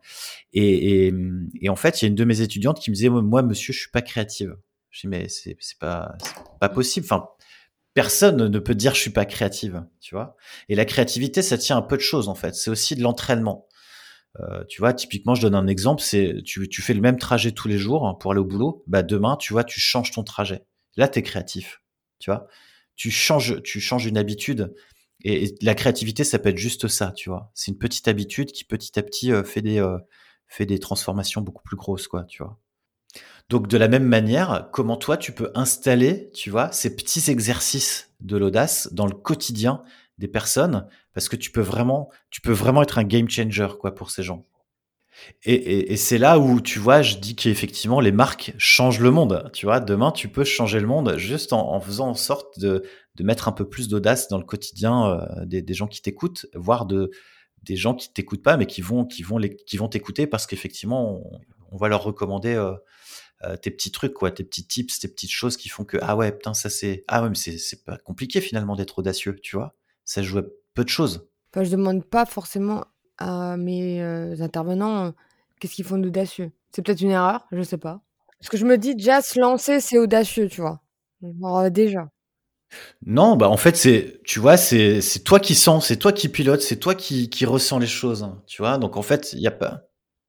Et en fait, il y a une de mes étudiantes qui me disait, moi, monsieur, je suis pas créative. Je dis, mais c'est pas possible. Enfin, personne ne peut dire je suis pas créative, tu vois. Et la créativité, ça tient à peu de choses, en fait. C'est aussi de l'entraînement. Tu vois, typiquement, je donne un exemple, c'est tu fais le même trajet tous les jours hein, pour aller au boulot. Bah, demain, tu vois, tu changes ton trajet. Là, tu es créatif, tu vois. Tu changes une habitude. Et la créativité, ça peut être juste ça, tu vois. C'est une petite habitude qui petit à petit fait des transformations beaucoup plus grosses, quoi, tu vois. Donc de la même manière, comment toi tu peux installer, tu vois, ces petits exercices de l'audace dans le quotidien des personnes, parce que tu peux vraiment être un game changer, quoi, pour ces gens. Et c'est là où, tu vois, je dis qu'effectivement, les marques changent le monde. Tu vois, demain, tu peux changer le monde juste en faisant en sorte de mettre un peu plus d'audace dans le quotidien des gens qui t'écoutent, voire des gens qui t'écoutent pas, mais qui vont t'écouter parce qu'effectivement, on va leur recommander tes petits trucs, quoi, tes petits tips, tes petites choses qui font que, ah ouais, putain, ah ouais, mais c'est pas compliqué finalement d'être audacieux, tu vois. Ça joue à peu de choses. Enfin, je demande pas forcément à mes intervenants qu'est-ce qu'ils font d'audacieux. C'est peut-être une erreur, je sais pas. Parce que je me dis déjà se lancer, c'est audacieux, tu vois. Genre, déjà. Non, bah en fait tu vois, c'est toi qui sens, c'est toi qui pilote, c'est toi qui ressens les choses, hein, tu vois. Donc en fait, il y a pas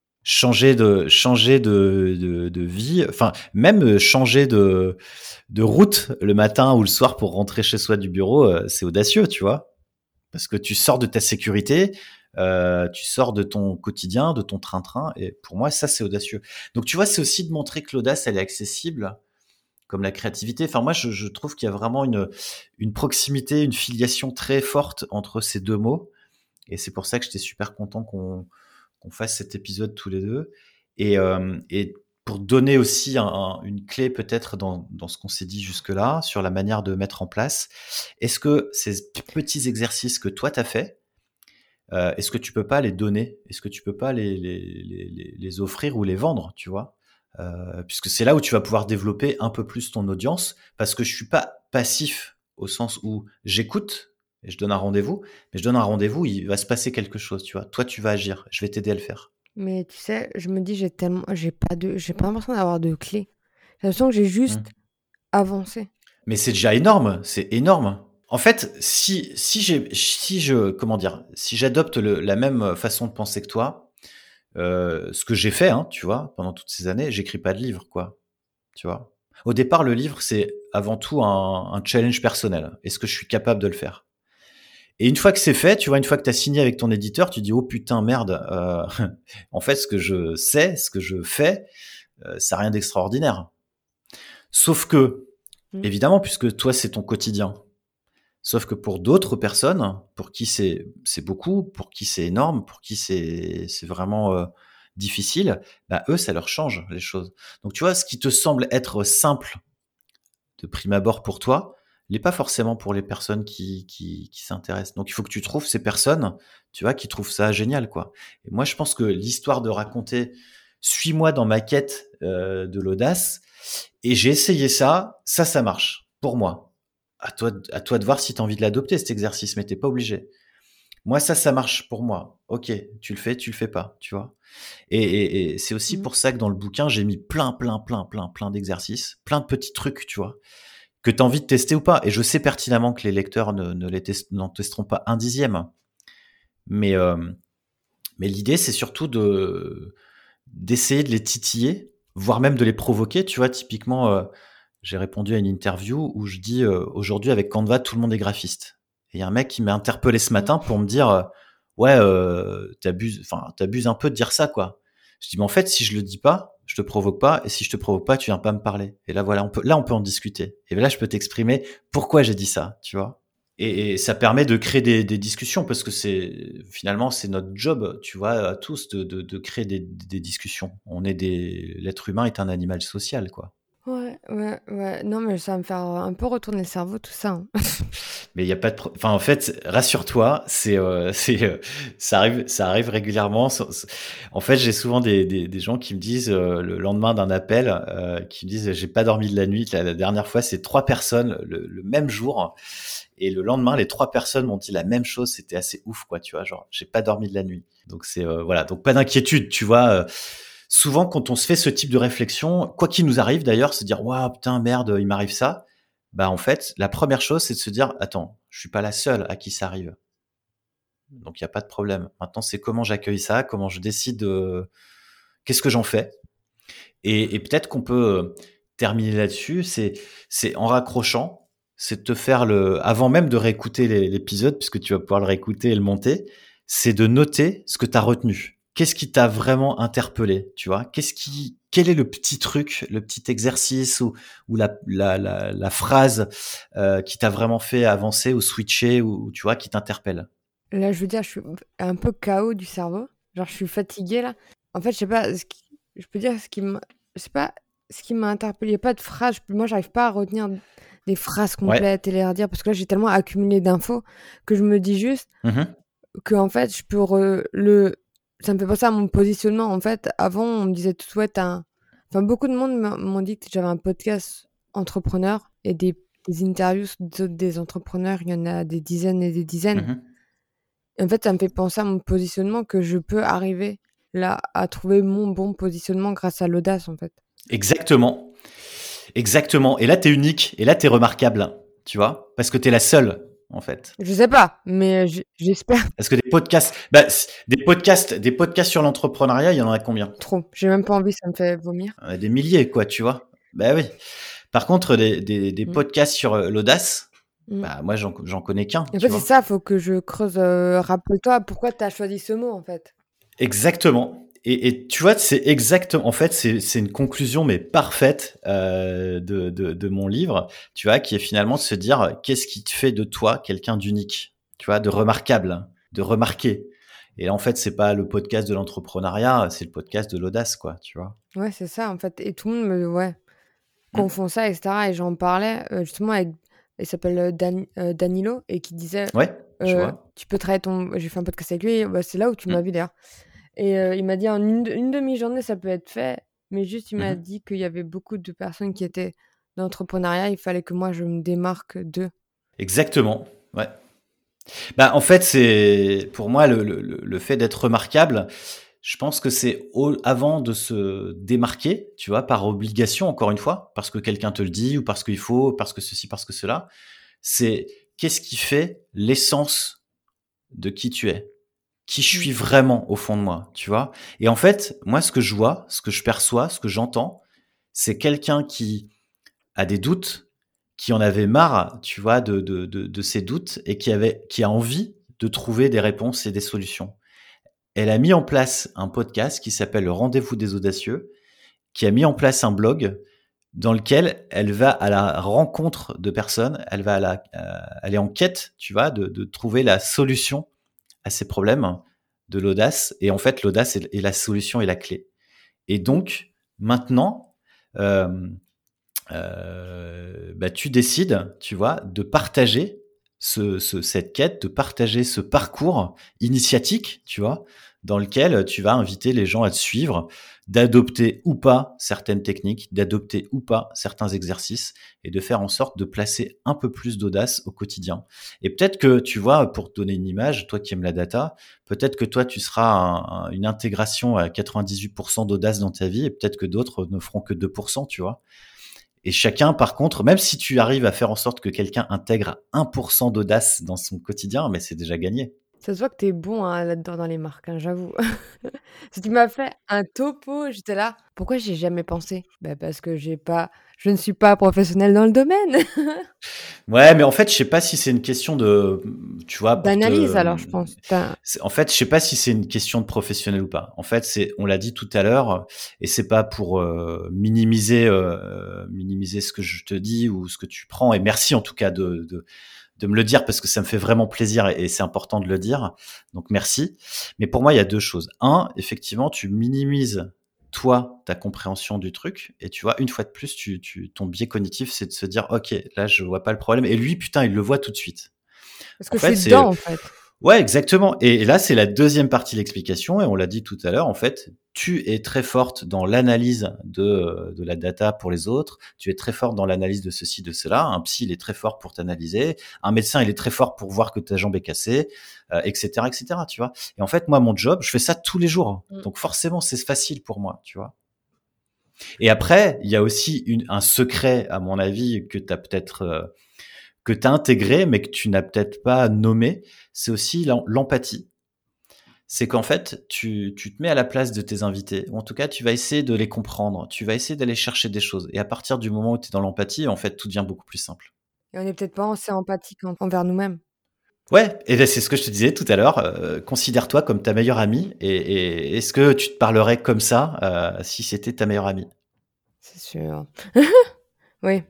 changer de vie, enfin même changer de route le matin ou le soir pour rentrer chez soi du bureau, c'est audacieux, tu vois, parce que tu sors de ta sécurité, tu sors de ton quotidien, de ton train-train, et pour moi ça c'est audacieux. Donc tu vois, c'est aussi de montrer que l'audace elle est accessible comme la créativité. Enfin, moi, je trouve qu'il y a vraiment une proximité, une filiation très forte entre ces deux mots. Et c'est pour ça que j'étais super content qu'on fasse cet épisode tous les deux. Et pour donner aussi une clé peut-être dans ce qu'on s'est dit jusque-là, sur la manière de mettre en place, est-ce que ces petits exercices que toi, tu as fait, est-ce que tu peux pas les donner? Est-ce que tu peux pas les offrir ou les vendre, tu vois? Puisque c'est là où tu vas pouvoir développer un peu plus ton audience, parce que je suis pas passif au sens où j'écoute et je donne un rendez-vous, mais je donne un rendez-vous, il va se passer quelque chose, tu vois. Toi, tu vas agir, je vais t'aider à le faire. Mais tu sais, je me dis j'ai pas l'impression d'avoir de clé. J'ai l'impression que j'ai juste Mmh. avancé. Mais c'est déjà énorme, c'est énorme. En fait, comment dire, si j'adopte la même façon de penser que toi, ce que j'ai fait, hein, tu vois, pendant toutes ces années, j'écris pas de livre, quoi, tu vois. Au départ, le livre, c'est avant tout un challenge personnel. Est-ce que je suis capable de le faire? Et une fois que c'est fait, tu vois, une fois que tu as signé avec ton éditeur, tu dis, oh putain, merde, en fait, ce que je sais, ce que je fais, ça n'a rien d'extraordinaire. Sauf que, évidemment, puisque toi, c'est ton quotidien. Sauf que pour d'autres personnes, pour qui c'est beaucoup, pour qui c'est énorme, pour qui c'est vraiment difficile, bah eux, ça leur change les choses. Donc tu vois, ce qui te semble être simple de prime abord pour toi, n'est pas forcément pour les personnes qui s'intéressent. Donc il faut que tu trouves ces personnes, tu vois, qui trouvent ça génial, quoi. Et moi, je pense que l'histoire de raconter suis-moi dans ma quête de l'audace, et j'ai essayé ça marche pour moi. À toi de voir si tu as envie de l'adopter, cet exercice, mais t'es pas obligé. Moi, ça marche pour moi. Ok, tu le fais pas, tu vois. Et c'est aussi pour ça que dans le bouquin, j'ai mis plein d'exercices, plein de petits trucs, tu vois, que tu as envie de tester ou pas. Et je sais pertinemment que les lecteurs n'en testeront pas un dixième. Mais l'idée, c'est surtout d'essayer de les titiller, voire même de les provoquer. Tu vois, typiquement, j'ai répondu à une interview où je dis aujourd'hui avec Canva, tout le monde est graphiste. Et il y a un mec qui m'a interpellé ce matin pour me dire ouais, t'abuses un peu de dire ça, quoi. Je dis mais en fait, si je le dis pas, je te provoque pas, et si je te provoque pas, tu viens pas me parler. Et là voilà, on peut en discuter. Et là, je peux t'exprimer pourquoi j'ai dit ça, tu vois. Et ça permet de créer des discussions, parce que finalement c'est notre job, tu vois, à tous de créer des discussions. L'être humain est un animal social, quoi. Ouais. Non, mais ça va me faire un peu retourner le cerveau, tout ça, hein. Mais il y a pas de enfin en fait, rassure-toi, ça arrive régulièrement. En fait, j'ai souvent des gens qui me disent le lendemain d'un appel, qui me disent j'ai pas dormi de la nuit. La dernière fois, c'est 3 personnes le même jour, et le lendemain, les 3 personnes m'ont dit la même chose. C'était assez ouf, quoi, tu vois, genre j'ai pas dormi de la nuit. Donc c'est voilà, donc pas d'inquiétude, tu vois. Souvent, quand on se fait ce type de réflexion, quoi qu'il nous arrive d'ailleurs, se dire waouh putain merde, il m'arrive ça. Bah en fait, la première chose, c'est de se dire attends, je suis pas la seule à qui ça arrive. Donc il y a pas de problème. Maintenant, c'est comment j'accueille ça, comment je décide, qu'est-ce que j'en fais. Et peut-être qu'on peut terminer là-dessus. C'est en raccrochant, c'est de te faire avant même de réécouter l'épisode, puisque tu vas pouvoir le réécouter et le monter, c'est de noter ce que tu as retenu. Qu'est-ce qui t'a vraiment interpellé, tu vois? Quel est le petit truc, le petit exercice ou la phrase qui t'a vraiment fait avancer ou switcher, ou tu vois, qui t'interpelle? Là, je veux dire, je suis un peu KO du cerveau. Genre, je suis fatiguée, là. En fait, je sais pas, je peux dire je sais pas ce qui m'a interpellée. Il y a pas de phrase. Moi, j'arrive pas à retenir des phrases Ouais. complètes et les redire, parce que là, j'ai tellement accumulé d'infos que je me dis juste que, en fait, je peux ça me fait penser à mon positionnement. En fait, avant, on me disait tout, ouais, enfin, beaucoup de monde m'ont dit que j'avais un podcast entrepreneur et des interviews des entrepreneurs. Il y en a des dizaines et des dizaines. Et en fait, ça me fait penser à mon positionnement, que je peux arriver là à trouver mon bon positionnement grâce à l'audace, en fait. Exactement. Exactement. Et là, t'es unique. Et là, t'es remarquable. Tu vois? Parce que t'es la seule, en fait. Je sais pas, mais j'espère. Parce que des podcasts sur l'entrepreneuriat, il y en a combien? Trop. J'ai même pas envie, ça me fait vomir. Des milliers, quoi, tu vois? Bah oui. Par contre, des podcasts sur l'audace, bah moi, j'en connais qu'un, En tu fait, c'est vois? ça, faut que je creuse. Rappelle-toi pourquoi tu as choisi ce mot, en fait. Exactement. Et tu vois, c'est exactement. En fait, c'est une conclusion mais parfaite de mon livre. Tu vois, qui est finalement de se dire qu'est-ce qui te fait de toi quelqu'un d'unique, tu vois, de remarquable, de remarqué. Et là, en fait, c'est pas le podcast de l'entrepreneuriat, c'est le podcast de l'audace, quoi, tu vois. Ouais, c'est ça, en fait. Et tout le monde confond ça, etc. Et j'en parlais justement avec. Il s'appelle Danilo, et qui disait Ouais, je vois. tu peux travailler J'ai fait un podcast avec lui, c'est là où tu m'as vu d'ailleurs. Et il m'a dit en une demi-journée, ça peut être fait, mais juste il m'a dit qu'il y avait beaucoup de personnes qui étaient dans l'entrepreneuriat, il fallait que moi je me démarque d'eux. Exactement, ouais. Bah, en fait, c'est pour moi le fait d'être remarquable. Je pense que c'est avant de se démarquer, tu vois, par obligation, encore une fois, parce que quelqu'un te le dit, ou parce qu'il faut, parce que ceci, parce que cela. C'est qu'est-ce qui fait l'essence de qui tu es, qui je suis vraiment au fond de moi, tu vois. Et en fait, moi, ce que je vois, ce que je perçois, ce que j'entends, c'est quelqu'un qui a des doutes, qui en avait marre, tu vois, de ses doutes et qui a envie de trouver des réponses et des solutions. Elle a mis en place un podcast qui s'appelle Le Rendez-vous des Audacieux, qui a mis en place un blog dans lequel elle va à la rencontre de personnes, elle va aller en quête, tu vois, de trouver la solution à ces problèmes de l'audace. Et en fait, l'audace est la solution et la clé. Et donc, maintenant, tu décides, tu vois, de partager cette quête, de partager ce parcours initiatique, tu vois, dans lequel tu vas inviter les gens à te suivre, d'adopter ou pas certaines techniques, d'adopter ou pas certains exercices et de faire en sorte de placer un peu plus d'audace au quotidien. Et peut-être que, tu vois, pour te donner une image, toi qui aimes la data, peut-être que toi, tu seras une intégration à 98% d'audace dans ta vie et peut-être que d'autres ne feront que 2%, tu vois. Et chacun, par contre, même si tu arrives à faire en sorte que quelqu'un intègre 1% d'audace dans son quotidien, mais c'est déjà gagné. Ça se voit que t'es bon hein, là-dedans dans les marques, hein, j'avoue. Si tu m'as fait un topo, j'étais là. Pourquoi j'y ai jamais pensé? Bah parce que je ne suis pas professionnelle dans le domaine. Ouais, mais en fait, je sais pas si c'est une question de, tu vois, D'analyse alors, je pense. En fait, je sais pas si c'est une question de professionnel ou pas. En fait, on l'a dit tout à l'heure, et c'est pas pour minimiser ce que je te dis ou ce que tu prends. Et merci en tout cas de me le dire parce que ça me fait vraiment plaisir et c'est important de le dire. Donc merci. Mais pour moi, il y a deux choses. Un, effectivement, tu minimises toi ta compréhension du truc et tu vois une fois de plus ton biais cognitif c'est de se dire ok là je vois pas le problème et lui putain il le voit tout de suite. Parce En que je fait suis dedans, c'est en fait. Ouais, exactement. Et là, c'est la deuxième partie de l'explication, et on l'a dit tout à l'heure. En fait, tu es très forte dans l'analyse de la data pour les autres. Tu es très forte dans l'analyse de ceci, de cela. Un psy, il est très fort pour t'analyser. Un médecin, il est très fort pour voir que ta jambe est cassée, etc., etc. Tu vois. Et en fait, moi, mon job, je fais ça tous les jours. Donc forcément, c'est facile pour moi, tu vois. Et après, il y a aussi un secret, à mon avis, que tu as peut-être que tu as intégré, mais que tu n'as peut-être pas nommé, c'est aussi l'empathie. C'est qu'en fait, tu te mets à la place de tes invités, ou en tout cas, tu vas essayer de les comprendre, tu vas essayer d'aller chercher des choses. Et à partir du moment où tu es dans l'empathie, en fait, tout devient beaucoup plus simple. Et on n'est peut-être pas assez empathique envers nous-mêmes. Ouais, et ben, c'est ce que je te disais tout à l'heure. Considère-toi comme ta meilleure amie. Et est-ce que tu te parlerais comme ça si c'était ta meilleure amie? C'est sûr. Oui.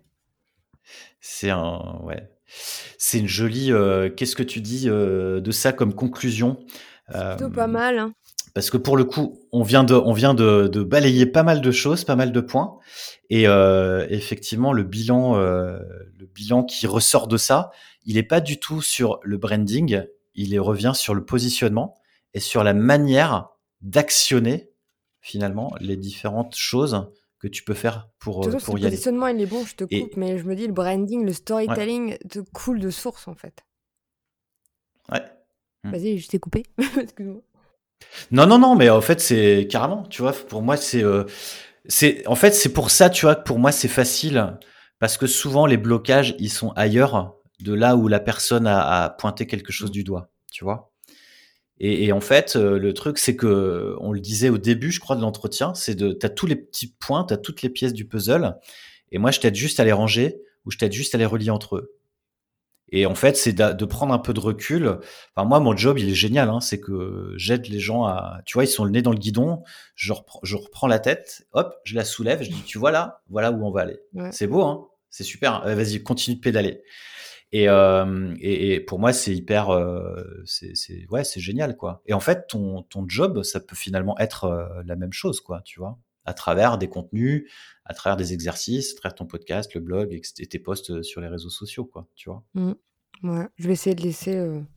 Ouais. C'est une jolie. Qu'est-ce que tu dis de ça comme conclusion? C'est plutôt pas mal, hein. Parce que pour le coup, on vient de balayer pas mal de choses, pas mal de points. Et effectivement, le bilan qui ressort de ça, il est pas du tout sur le branding, revient sur le positionnement et sur la manière d'actionner finalement les différentes choses que tu peux faire Surtout si le pour y aller. positionnement il est bon, je te coupe, Et mais je me dis le branding, le ouais, storytelling te coule de source, en fait. ouais. Mmh. Vas-y, je t'ai coupé. Excuse-moi. Non, non, non, mais en fait, c'est carrément, tu vois, pour moi, en fait, c'est pour ça, tu vois, que pour moi, c'est facile parce que souvent, les blocages, ils sont ailleurs de là où la personne a pointé quelque chose Mmh. du doigt, tu vois. Et en fait, le truc, c'est que, on le disait au début, je crois, de l'entretien, t'as tous les petits points, t'as toutes les pièces du puzzle, et moi, je t'aide juste à les ranger ou je t'aide juste à les relier entre eux. Et en fait, c'est de prendre un peu de recul. Enfin, moi, mon job, il est génial. Hein, c'est que j'aide les gens à, tu vois, ils sont le nez dans le guidon. Je reprends la tête, hop, je la soulève. Je dis, tu vois là, voilà où on va aller. Ouais. C'est beau, hein. C'est super. Vas-y, continue de pédaler. Et pour moi, c'est hyper, ouais, c'est génial, quoi. Et en fait, ton job, ça peut finalement être la même chose, quoi. Tu vois, à travers des contenus, à travers des exercices, à travers ton podcast, le blog et tes posts sur les réseaux sociaux, quoi. Tu vois. Mmh. Ouais. Je vais essayer de laisser,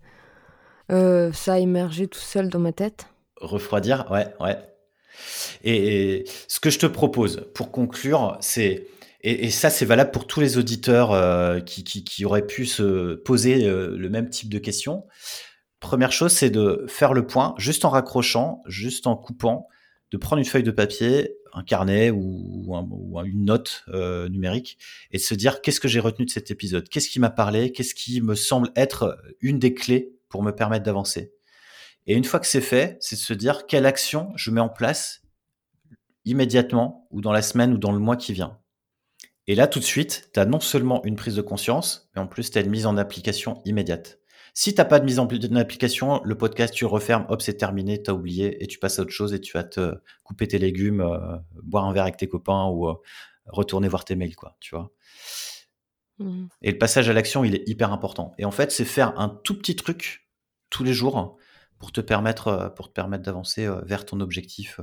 ça émerger tout seul dans ma tête. Refroidir, ouais, ouais. Et ce que je te propose pour conclure, et ça c'est valable pour tous les auditeurs qui auraient pu se poser le même type de questions. Première chose, c'est de faire le point, juste en raccrochant, juste en coupant, de prendre une feuille de papier, un carnet ou une note numérique, et de se dire qu'est-ce que j'ai retenu de cet épisode, qu'est-ce qui m'a parlé, qu'est-ce qui me semble être une des clés pour me permettre d'avancer. Et une fois que c'est fait, c'est de se dire quelle action je mets en place immédiatement ou dans la semaine ou dans le mois qui vient. Et là, tout de suite, tu as non seulement une prise de conscience, mais en plus, tu as une mise en application immédiate. Si tu n'as pas de mise en application, le podcast, tu refermes, hop, c'est terminé, tu as oublié, et tu passes à autre chose, et tu vas te couper tes légumes, boire un verre avec tes copains, ou retourner voir tes mails, quoi, tu vois. Et le passage à l'action, il est hyper important. Et en fait, c'est faire un tout petit truc tous les jours pour te permettre d'avancer vers ton objectif,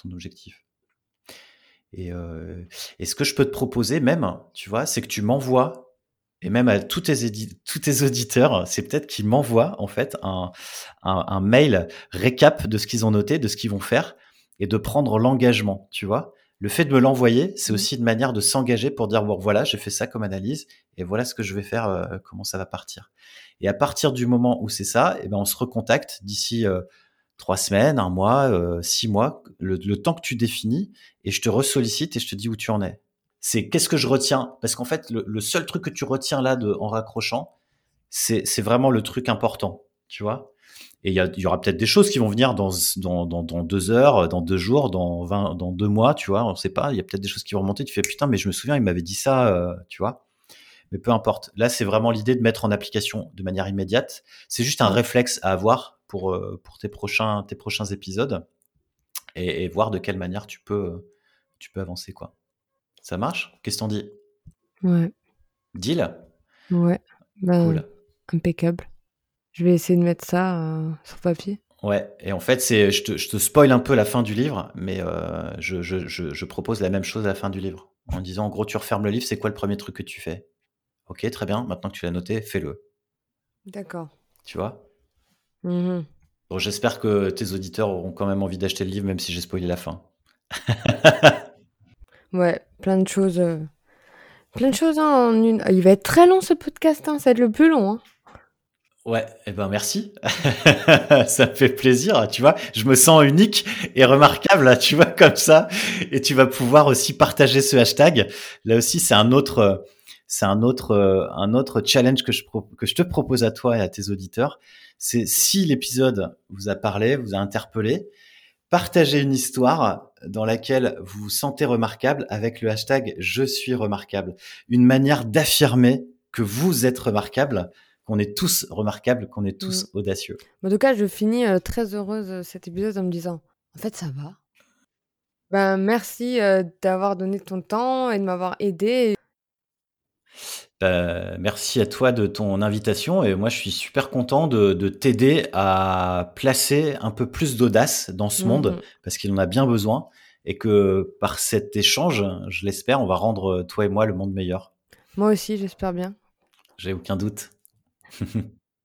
Et, ce que je peux te proposer même, tu vois, c'est que tu m'envoies, et même à tous tes auditeurs, c'est peut-être qu'ils m'envoient en fait un mail récap de ce qu'ils ont noté, de ce qu'ils vont faire, et de prendre l'engagement, tu vois. Le fait de me l'envoyer, c'est aussi une manière de s'engager pour dire, bon, voilà, j'ai fait ça comme analyse, et voilà ce que je vais faire, comment ça va partir. Et à partir du moment où c'est ça, eh ben, on se recontacte d'ici 3 semaines, un mois, 6 mois, le temps que tu définis, et je te ressollicite et je te dis où tu en es. C'est qu'est-ce que je retiens, parce qu'en fait, le seul truc que tu retiens là en raccrochant, c'est vraiment le truc important, tu vois. Et il y aura peut-être des choses qui vont venir dans 2 heures, dans 2 jours, dans 2 mois, tu vois, on sait pas. Il y a peut-être des choses qui vont remonter. Tu fais putain, mais je me souviens, il m'avait dit ça, tu vois. Mais peu importe. Là, c'est vraiment l'idée de mettre en application de manière immédiate. C'est juste un réflexe à avoir pour tes prochains épisodes, et voir de quelle manière tu peux avancer, quoi. Ça marche? Qu'est-ce qu'on dit? Ouais. Deal? Ouais. Ben, Cool. impeccable. Je vais essayer de mettre ça sur papier. Ouais. Et en fait, je te spoil un peu la fin du livre, mais je propose la même chose à la fin du livre. En disant, en gros, tu refermes le livre, c'est quoi le premier truc que tu fais? Ok, très bien. Maintenant que tu l'as noté, fais-le. D'accord. Tu vois? Bon, J'espère que tes auditeurs auront quand même envie d'acheter le livre, même si j'ai spoilé la fin. ouais, plein de choses. Plein de choses en une. Il va être très long ce podcast, hein. Ça va être le plus long. Hein. Ouais, eh ben merci. Ça me fait plaisir, tu vois. Je me sens unique et remarquable, là, tu vois, comme ça. Et tu vas pouvoir aussi partager ce hashtag. Là aussi, c'est un autre challenge que je te propose à toi et à tes auditeurs. C'est si l'épisode vous a parlé, vous a interpellé, partagez une histoire dans laquelle vous vous sentez remarquable avec le hashtag Je suis remarquable. Une manière d'affirmer que vous êtes remarquable, qu'on est tous remarquables, qu'on est tous audacieux. En tout cas, je finis très heureuse cet épisode en me disant, en fait, ça va. Ben, merci d'avoir donné ton temps et de m'avoir aidé. Merci à toi de ton invitation, et moi je suis super content de t'aider à placer un peu plus d'audace dans ce monde, parce qu'il en a bien besoin, et que par cet échange, je l'espère, on va rendre toi et moi le monde meilleur. Moi aussi, j'espère bien. J'ai aucun doute.